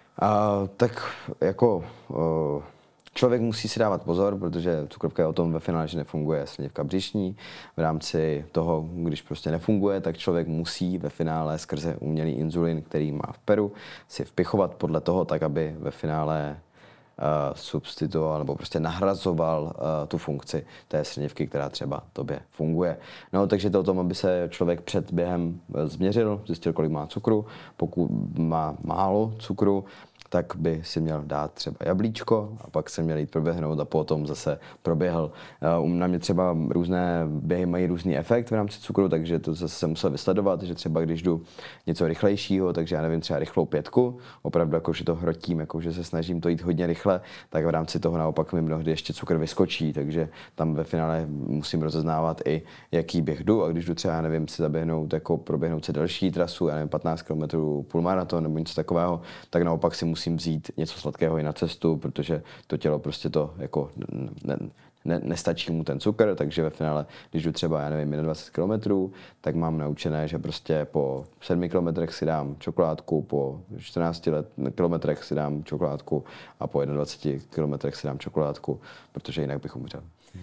Uh, tak jako uh, člověk musí si dávat pozor, protože cukrovka je o tom ve finále, že nefunguje slinivka břišní. V rámci toho, když prostě nefunguje, tak člověk musí ve finále skrze umělý inzulin, který má v peru, si vpichovat podle toho, tak aby ve finále Uh, substituoval nebo prostě nahrazoval uh, tu funkci té slinivky, která třeba tobě funguje. No, takže to o tom, aby se člověk před během změřil, zjistil, kolik má cukru. Pokud má málo cukru, tak by si měl dát třeba jablíčko a pak se měl jít proběhnout a potom zase proběhl. Na mě třeba různé běhy mají různý efekt v rámci cukru, takže to zase jsem musel vysledovat, že třeba když jdu něco rychlejšího, takže já nevím, třeba rychlou pětku, opravdu jako, že to hrotím, jako, že se snažím to jít hodně rychle, tak v rámci toho naopak mi mnohdy ještě cukr vyskočí, takže tam ve finále musím rozeznávat i jaký běh jdu a když jdu třeba, já nevím, si zaběhnout, jako proběhnout si další trasu, já nevím, patnáct kilometrů, půlmaraton nebo něco takového, tak naopak si musím vzít něco sladkého i na cestu, protože to tělo prostě to jako ne, ne, nestačí mu ten cukr, takže ve finále, když jdu třeba, já nevím, dvacet jedna kilometrů, tak mám naučené, že prostě po sedmi kilometrech si dám čokoládku, po čtrnácti kilometrech si dám čokoládku a po dvaceti jedna kilometrech si dám čokoládku, protože jinak bych umřel.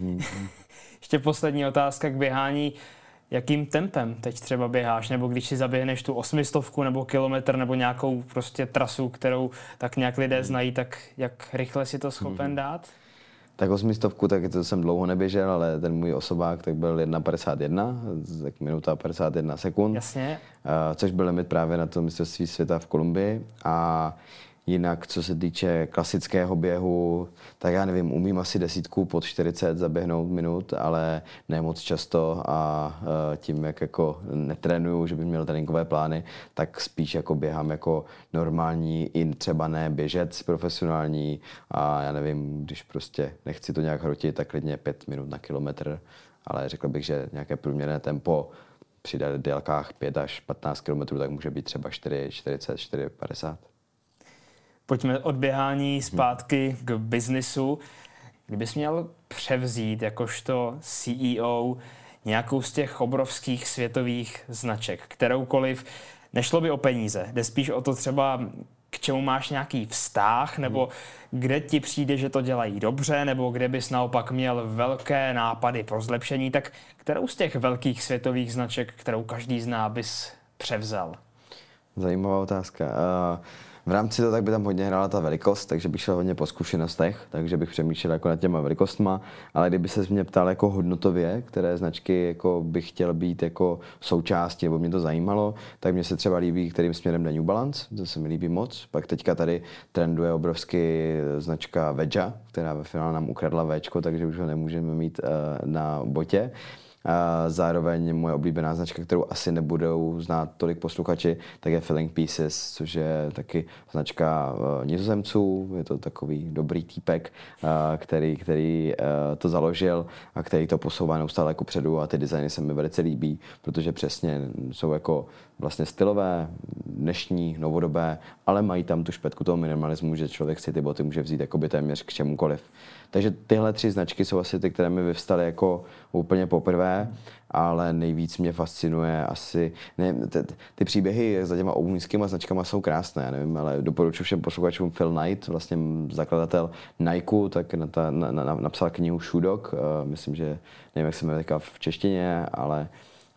Ještě poslední otázka k běhání. Jakým tempem teď třeba běháš, nebo když si zaběhneš tu osmistovku nebo kilometr nebo nějakou prostě trasu, kterou tak nějak lidé znají, tak jak rychle si to schopen dát? Tak osmistovku, tak to jsem dlouho neběžel, ale ten můj osobák tak byl jedna padesát jedna, tak minuta padesát jedna sekund. Jasně. Což byl limit právě na to mistrovství světa v Kolumbii. A jinak, co se týče klasického běhu, tak já nevím, umím asi desítku pod čtyřicet zaběhnout minut, ale ne moc často a tím, jak jako netrénuju, že bych měl tréninkové plány, tak spíš jako běhám jako normální, i třeba ne běžec profesionální a já nevím, když prostě nechci to nějak hrotit, tak klidně pět minut na kilometr, ale řekl bych, že nějaké průměrné tempo při délkách pět až patnáct kilometrů, tak může být třeba čtyři čtyřicet, čtyři padesát. Pojďme od běhání zpátky k biznisu. Kdybys měl převzít jakožto C E O nějakou z těch obrovských světových značek, kteroukoliv, nešlo by o peníze, jde spíš o to třeba, k čemu máš nějaký vztah, nebo kde ti přijde, že to dělají dobře, nebo kde bys naopak měl velké nápady pro zlepšení, tak kterou z těch velkých světových značek, kterou každý zná, bys převzal? Zajímavá otázka. Uh... V rámci toho tak by tam hodně hrála ta velikost, takže bych šel hodně po zkušenostech, takže bych přemýšlel jako nad těma velikostma, ale kdyby se mě ptal jako hodnotově, které značky jako bych chtěl být jako součástí, nebo mě to zajímalo, tak mě se třeba líbí, kterým směrem jde New Balance, to se mi líbí moc. Pak teďka tady trenduje obrovsky značka Veja, která ve finále nám ukradla Včko, takže už ho nemůžeme mít uh, na botě. A zároveň moje oblíbená značka, kterou asi nebudou znát tolik posluchači, tak je Filling Pieces, což je taky značka uh, Nizozemců. Je to takový dobrý týpek, uh, který, který uh, to založil a který to posouvá neustále jako předu a ty designy se mi velice líbí, protože přesně jsou jako vlastně stylové, dnešní, novodobé, ale mají tam tu špetku toho minimalismu, že člověk si ty boty může vzít jakoby téměř k čemukoliv. Takže tyhle tři značky jsou asi ty, které mi vyvstaly jako úplně poprvé, ale nejvíc mě fascinuje asi, ne, ty, ty příběhy za těma obuvnickýma značkama jsou krásné, nevím, ale doporučuji všem posluchačům Phil Knight, vlastně zakladatel Nike, tak na ta, na, na, napsal knihu Shoe Dog, uh, myslím, že nevím, jak se jmenuje v češtině, ale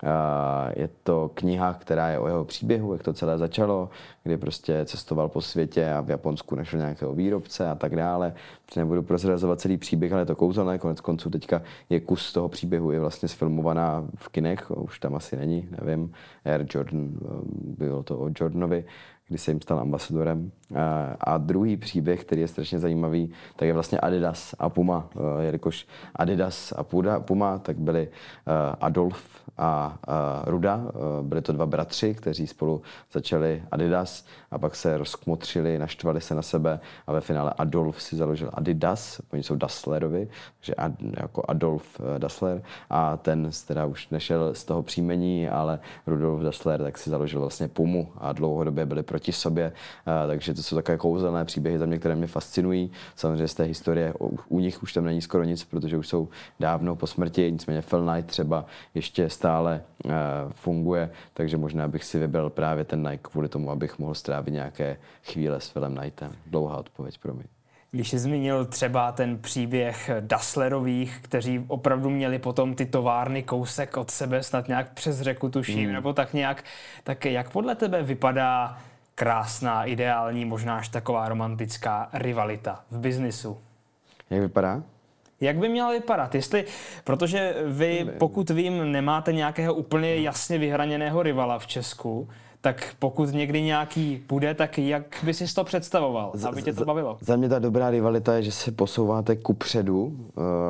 Uh, je to kniha, která je o jeho příběhu, jak to celé začalo, kdy prostě cestoval po světě a v Japonsku našel nějakého výrobce a tak dále. Nebudu prozrazovat celý příběh, ale je to kouzelné, konec konců teďka je kus toho příběhu, je vlastně sfilmovaná v kinech, už tam asi není, nevím, Air Jordan, bylo to o Jordanovi, kdy se jim stal ambasadorem. A druhý příběh, který je strašně zajímavý, tak je vlastně Adidas a Puma. Jelikož Adidas a Puma, tak byli Adolf a Ruda. Byli to dva bratři, kteří spolu začali Adidas a pak se rozkmotřili, naštvali se na sebe a ve finále Adolf si založil Adidas. Oni jsou Dasslerovi, takže Ad, jako Adolf Dassler a ten teda už nešel z toho příjmení, ale Rudolf Dassler tak si založil vlastně Pumu a dlouhodobě byli proti sobě, takže to jsou takové kouzelné příběhy za mě, které mě fascinují. Samozřejmě z té historie u, u nich už tam není skoro nic, protože už jsou dávno po smrti, nicméně Phil Knight třeba ještě stále uh, funguje, takže možná bych si vybral právě ten Nike kvůli tomu, abych mohl strávit nějaké chvíle s Philem Knightem. Dlouhá odpověď pro mě. Když jsi zmínil třeba ten příběh Dasslerových, kteří opravdu měli potom ty továrny kousek od sebe, snad nějak přes řeku tuším, mm. nebo tak nějak, tak jak podle tebe vypadá krásná, ideální, možná až taková romantická rivalita v biznisu? Jak vypadá? Jak by měla vypadat? Jestli, protože vy, pokud vím, nemáte nějakého úplně jasně vyhraněného rivala v Česku, tak pokud někdy nějaký bude, tak jak by si to představoval, aby tě to bavilo? Za mě ta dobrá rivalita je, že se posouváte kupředu uh,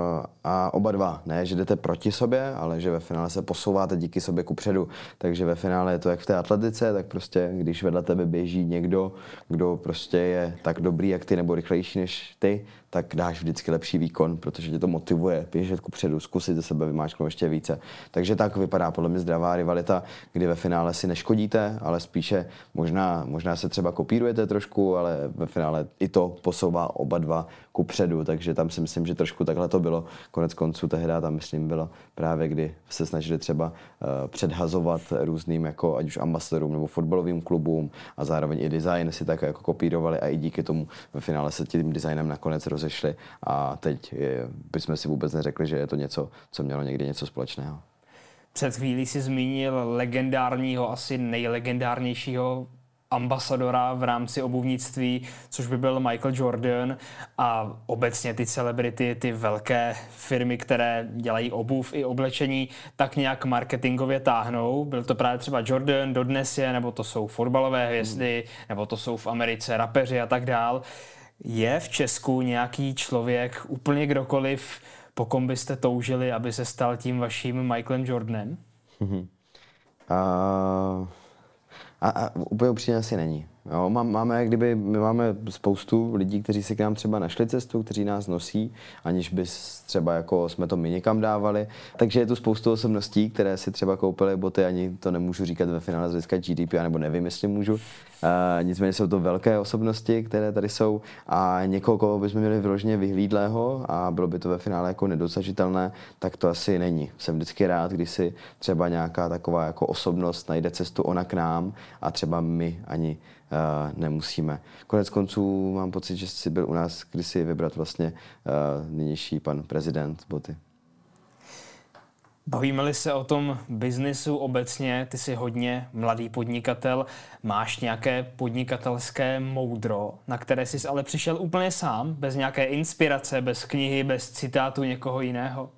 a oba dva. Ne, že jdete proti sobě, ale že ve finále se posouváte díky sobě kupředu. Takže ve finále je to jak v té atletice, tak prostě když vedle tebe běží někdo, kdo prostě je tak dobrý jak ty nebo rychlejší než ty, tak dáš vždycky lepší výkon, protože tě to motivuje běžet kupředu, zkusit ze sebe vymáčknout ještě více. Takže tak vypadá podle mě zdravá rivalita, kdy ve finále si neškodíte, ale spíše možná, možná se třeba kopírujete trošku, ale ve finále i to posouvá oba dva kupředu, takže tam si myslím, že trošku takhle to bylo. Konec konců tehdy tam myslím bylo právě, kdy se snažili třeba uh, předhazovat různým jako ať už ambasadorům nebo fotbalovým klubům a zároveň i design si tak jako kopírovali a i díky tomu ve finále se tím designem nakonec rozešli a teď je, bychom si vůbec neřekli, že je to něco, co mělo někdy něco společného. Před chvílí si zmínil legendárního, asi nejlegendárnějšího ambasadora v rámci obuvnictví, což by byl Michael Jordan a obecně ty celebrity, ty velké firmy, které dělají obuv i oblečení, tak nějak marketingově táhnou. Byl to právě třeba Jordan, dodnes je, nebo to jsou fotbalové hvězdy, nebo to jsou v Americe rapeři a tak dál. Je v Česku nějaký člověk, úplně kdokoliv, po kom byste toužili, aby se stal tím vaším Michaelem Jordanem? Mm-hmm. Uh, a, a úplně upřímně asi není. Jo, má, máme, kdyby, my máme spoustu lidí, kteří si k nám třeba našli cestu, kteří nás nosí, aniž by třeba jako jsme to my někam dávali. Takže je tu spoustu osobností, které si třeba koupily boty, ani to nemůžu říkat ve finále z hlediska G D P R, nebo nevím, jestli můžu. Uh, nicméně jsou to velké osobnosti, které tady jsou a někoho, koho bychom měli vyloženě vyhlídlého a bylo by to ve finále jako nedosažitelné, tak to asi není. Jsem vždycky rád, když si třeba nějaká taková jako osobnost najde cestu ona k nám a třeba my ani Uh, nemusíme. Konec konců mám pocit, že jsi byl u nás kdysi vybrat vlastně uh, nynější pan prezident boty. Bavíme-li se o tom biznisu obecně, ty jsi hodně mladý podnikatel, máš nějaké podnikatelské moudro, na které jsi ale přišel úplně sám, bez nějaké inspirace, bez knihy, bez citátu někoho jiného?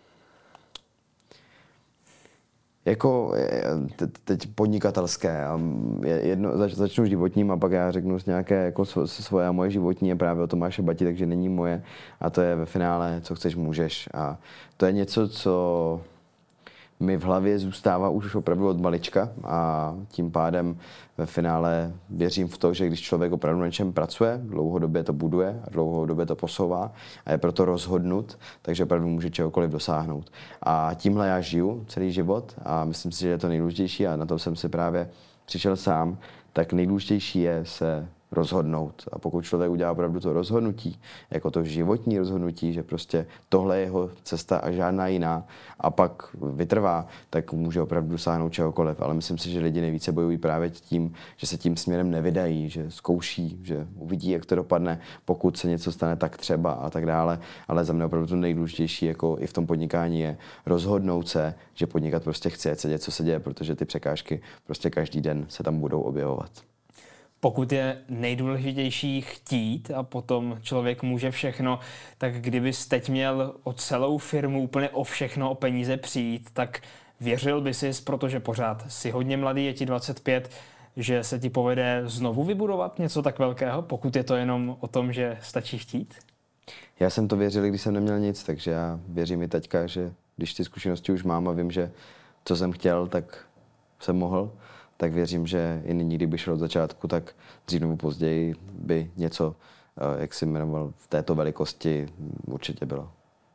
Jako teď podnikatelské. Jedno, zač, začnu životním a pak já řeknu z nějaké jako svoje a moje životní je právě o Tomáše Bati, takže není moje a to je ve finále, co chceš, můžeš. A to je něco, co mi v hlavě zůstává už opravdu od malička a tím pádem ve finále věřím v to, že když člověk opravdu na něčem pracuje, dlouhodobě to buduje a dlouhodobě to posouvá a je proto rozhodnut, takže opravdu může čehokoliv dosáhnout. A tímhle já žiju celý život a myslím si, že je to nejdůležitější a na to jsem si právě přišel sám, tak nejdůležitější je se rozhodnout. A pokud člověk udělá opravdu to rozhodnutí, jako to životní rozhodnutí, že prostě tohle je jeho cesta a žádná jiná, a pak vytrvá, tak může opravdu dosáhnout čehokoliv. Ale myslím si, že lidi nejvíce bojují právě tím, že se tím směrem nevydají, že zkouší, že uvidí, jak to dopadne, pokud se něco stane tak třeba a tak dále. Ale za mě opravdu to nejdůležitější, jako i v tom podnikání, je rozhodnout se, že podnikat prostě chci, ať se děje, co se děje, protože ty překážky prostě každý den se tam budou objevovat. Pokud je nejdůležitější chtít a potom člověk může všechno, tak kdybys teď měl o celou firmu úplně o všechno, o peníze přijít, tak věřil bys jsi, protože pořád jsi hodně mladý, je ti dvacet pět, že se ti povede znovu vybudovat něco tak velkého, pokud je to jenom o tom, že stačí chtít? Já jsem to věřil, když jsem neměl nic, takže já věřím i teďka, že když ty zkušenosti už mám a vím, že co jsem chtěl, tak jsem mohl, tak věřím, že i nyní, kdyby šel od začátku, tak dřív nebo později by něco, jak jsi jmenoval, v této velikosti určitě bylo.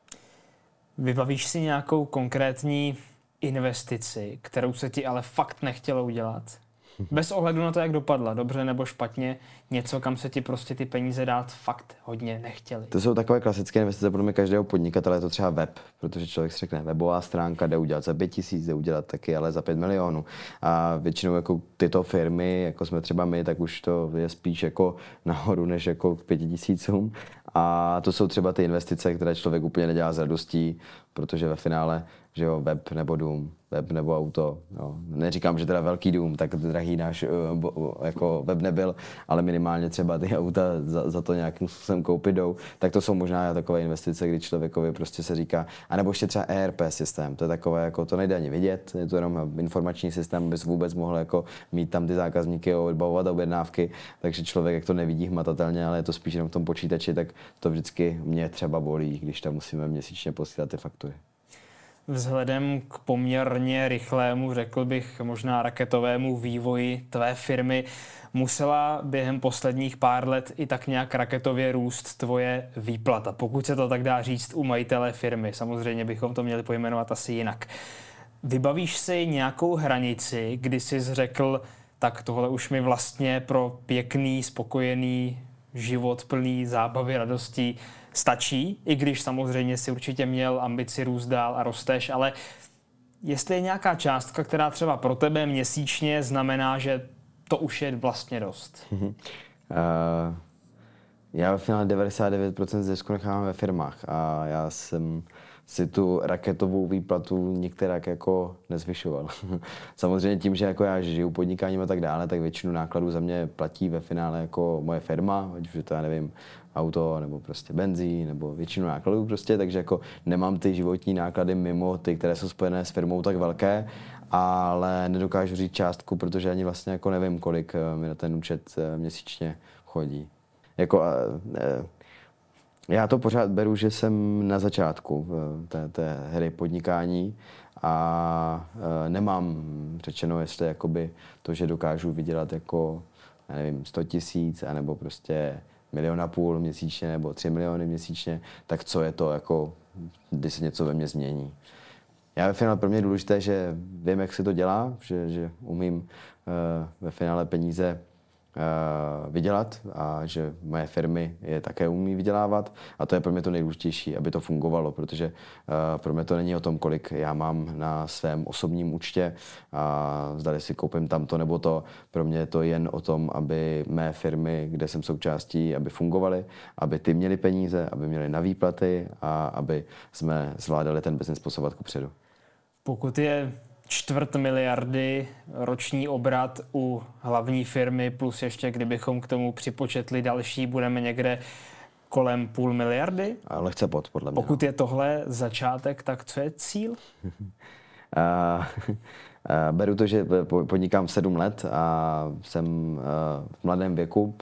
Vybavíš si nějakou konkrétní investici, kterou se ti ale fakt nechtělo udělat? Bez ohledu na to, jak dopadla, dobře nebo špatně, něco, kam se ti prostě ty peníze dát fakt hodně nechtěli. To jsou takové klasické investice pro mě každého podnikatele, je to třeba web, protože člověk si řekne, webová stránka jde udělat za pět tisíc, jde udělat taky, ale za pět milionů. A většinou jako tyto firmy, jako jsme třeba my, tak už to je spíš jako nahoru, než jako k pěti tisícům. A to jsou třeba ty investice, které člověk úplně nedělá s radostí, protože ve finále, že jo, web nebo dům, web nebo auto. Jo. Neříkám, že teda velký dům, tak drahý náš jako web nebyl, ale minimálně třeba ty auta za, za to nějakým způsobem koupit jdou, tak to jsou možná takové investice, kdy člověkovi prostě se říká, anebo ještě třeba E R P systém, to je takové, jako to nejde ani vidět, je to jenom informační systém, bys vůbec mohl jako mít tam ty zákazníky, odbavovat objednávky, takže člověk, jak to nevidí hmatatelně, ale je to spíš jenom v tom počítači, tak to vždycky mě třeba bolí, když tam musíme měsíčně posílat ty faktury. Vzhledem k poměrně rychlému, řekl bych možná raketovému vývoji tvé firmy, musela během posledních pár let i tak nějak raketově růst tvoje výplata, pokud se to tak dá říct u majitele firmy. Samozřejmě bychom to měli pojmenovat asi jinak. Vybavíš si nějakou hranici, kdy jsi řekl, tak tohle už mi vlastně pro pěkný, spokojený život plný zábavy, radostí stačí, i když samozřejmě si určitě měl ambici růst dál a rosteš, ale jestli je nějaká částka, která třeba pro tebe měsíčně znamená, že to už je vlastně dost. Uh, já ve finále devadesát devět procent zisku nechávám ve firmách a já jsem si tu raketovou výplatu některak jako nezvyšoval. Samozřejmě tím, že jako já žiju podnikáním a tak dále, tak většinu nákladů za mě platí ve finále jako moje firma, ať už je to, já nevím, auto, nebo prostě benzín, nebo většinu nákladů prostě, takže jako nemám ty životní náklady mimo ty, které jsou spojené s firmou, tak velké, ale nedokážu říct částku, protože ani vlastně jako nevím, kolik mi na ten účet měsíčně chodí. Jako, já to pořád beru, že jsem na začátku té, té hry podnikání a nemám řečeno, jestli jakoby to, že dokážu vydělat jako já nevím, sto tisíc, anebo prostě milion a půl měsíčně, nebo tři miliony měsíčně, tak co je to, jako, když se něco ve mně změní. Já ve finále pro mě je důležité, že vím, jak se to dělá, že, že umím uh, ve finále peníze uh, vydělat a že moje firmy je také umí vydělávat a to je pro mě to nejdůležitější, aby to fungovalo, protože uh, pro mě to není o tom, kolik já mám na svém osobním účtě a zdali si koupím tamto nebo to. Pro mě je to jen o tom, aby mé firmy, kde jsem součástí, aby fungovaly, aby ty měly peníze, aby měly na výplaty a aby jsme zvládali ten biznes posouvat kupředu. Pokud je čtvrt miliardy roční obrat u hlavní firmy, plus ještě kdybychom k tomu připočetli další, budeme někde kolem půl miliardy? A lehce pod, podle mě. Pokud je tohle začátek, tak co je cíl? a, a, beru to, že podnikám sedm let a jsem v mladém věku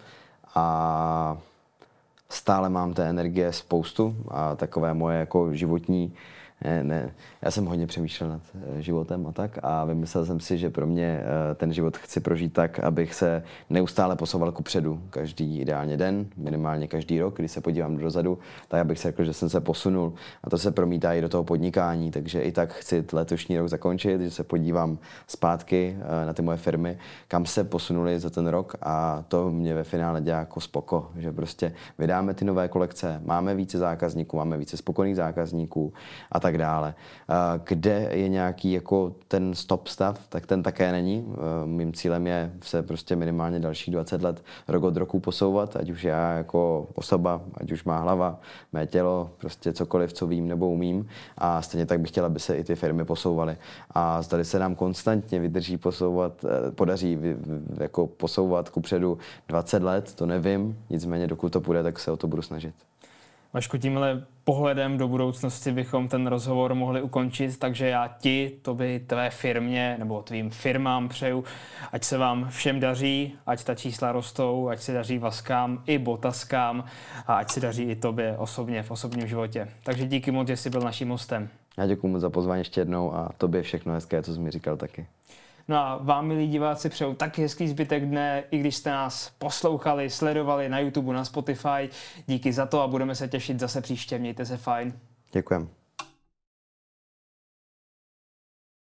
a stále mám té energie spoustu a takové moje jako životní Ne, ne. Já jsem hodně přemýšlel nad životem a tak a vymyslel jsem si, že pro mě ten život chci prožít tak, abych se neustále posouval kupředu. Každý ideálně den, minimálně každý rok, když se podívám dozadu, tak abych si řekl, že jsem se posunul a to se promítá i do toho podnikání, takže i tak chci letošní rok zakončit, že se podívám zpátky na ty moje firmy, kam se posunuli za ten rok a to mě ve finále dělá jako spoko, že prostě vydáme ty nové kolekce, máme více zákazníků, máme více spokojených zákazníků a tak dále. Kde je nějaký jako ten stop stav, tak ten také není. Mým cílem je se prostě minimálně dalších dvacet let rok od roku posouvat, ať už já jako osoba, ať už má hlava, mé tělo, prostě cokoliv, co vím nebo umím. A stejně tak bych chtěla, aby se i ty firmy posouvaly. A zdali se nám konstantně vydrží posouvat, podaří jako posouvat kupředu dvacet let, to nevím. Nicméně dokud to půjde, tak se o to budu snažit. Vašku, tímhle pohledem do budoucnosti bychom ten rozhovor mohli ukončit, takže já ti, tobě, tvé firmě nebo tvým firmám přeju, ať se vám všem daří, ať ta čísla rostou, ať se daří Vaskám i Botaskám a ať se daří i tobě osobně v osobním životě. Takže díky moc, že jsi byl naším hostem. Já děkuji moc za pozvání ještě jednou a tobě všechno hezké, co jsi mi říkal taky. No a vám, milí diváci, přeju taky hezký zbytek dne, i když jste nás poslouchali, sledovali na YouTube, na Spotify. Díky za to a budeme se těšit zase příště. Mějte se fajn. Děkujem.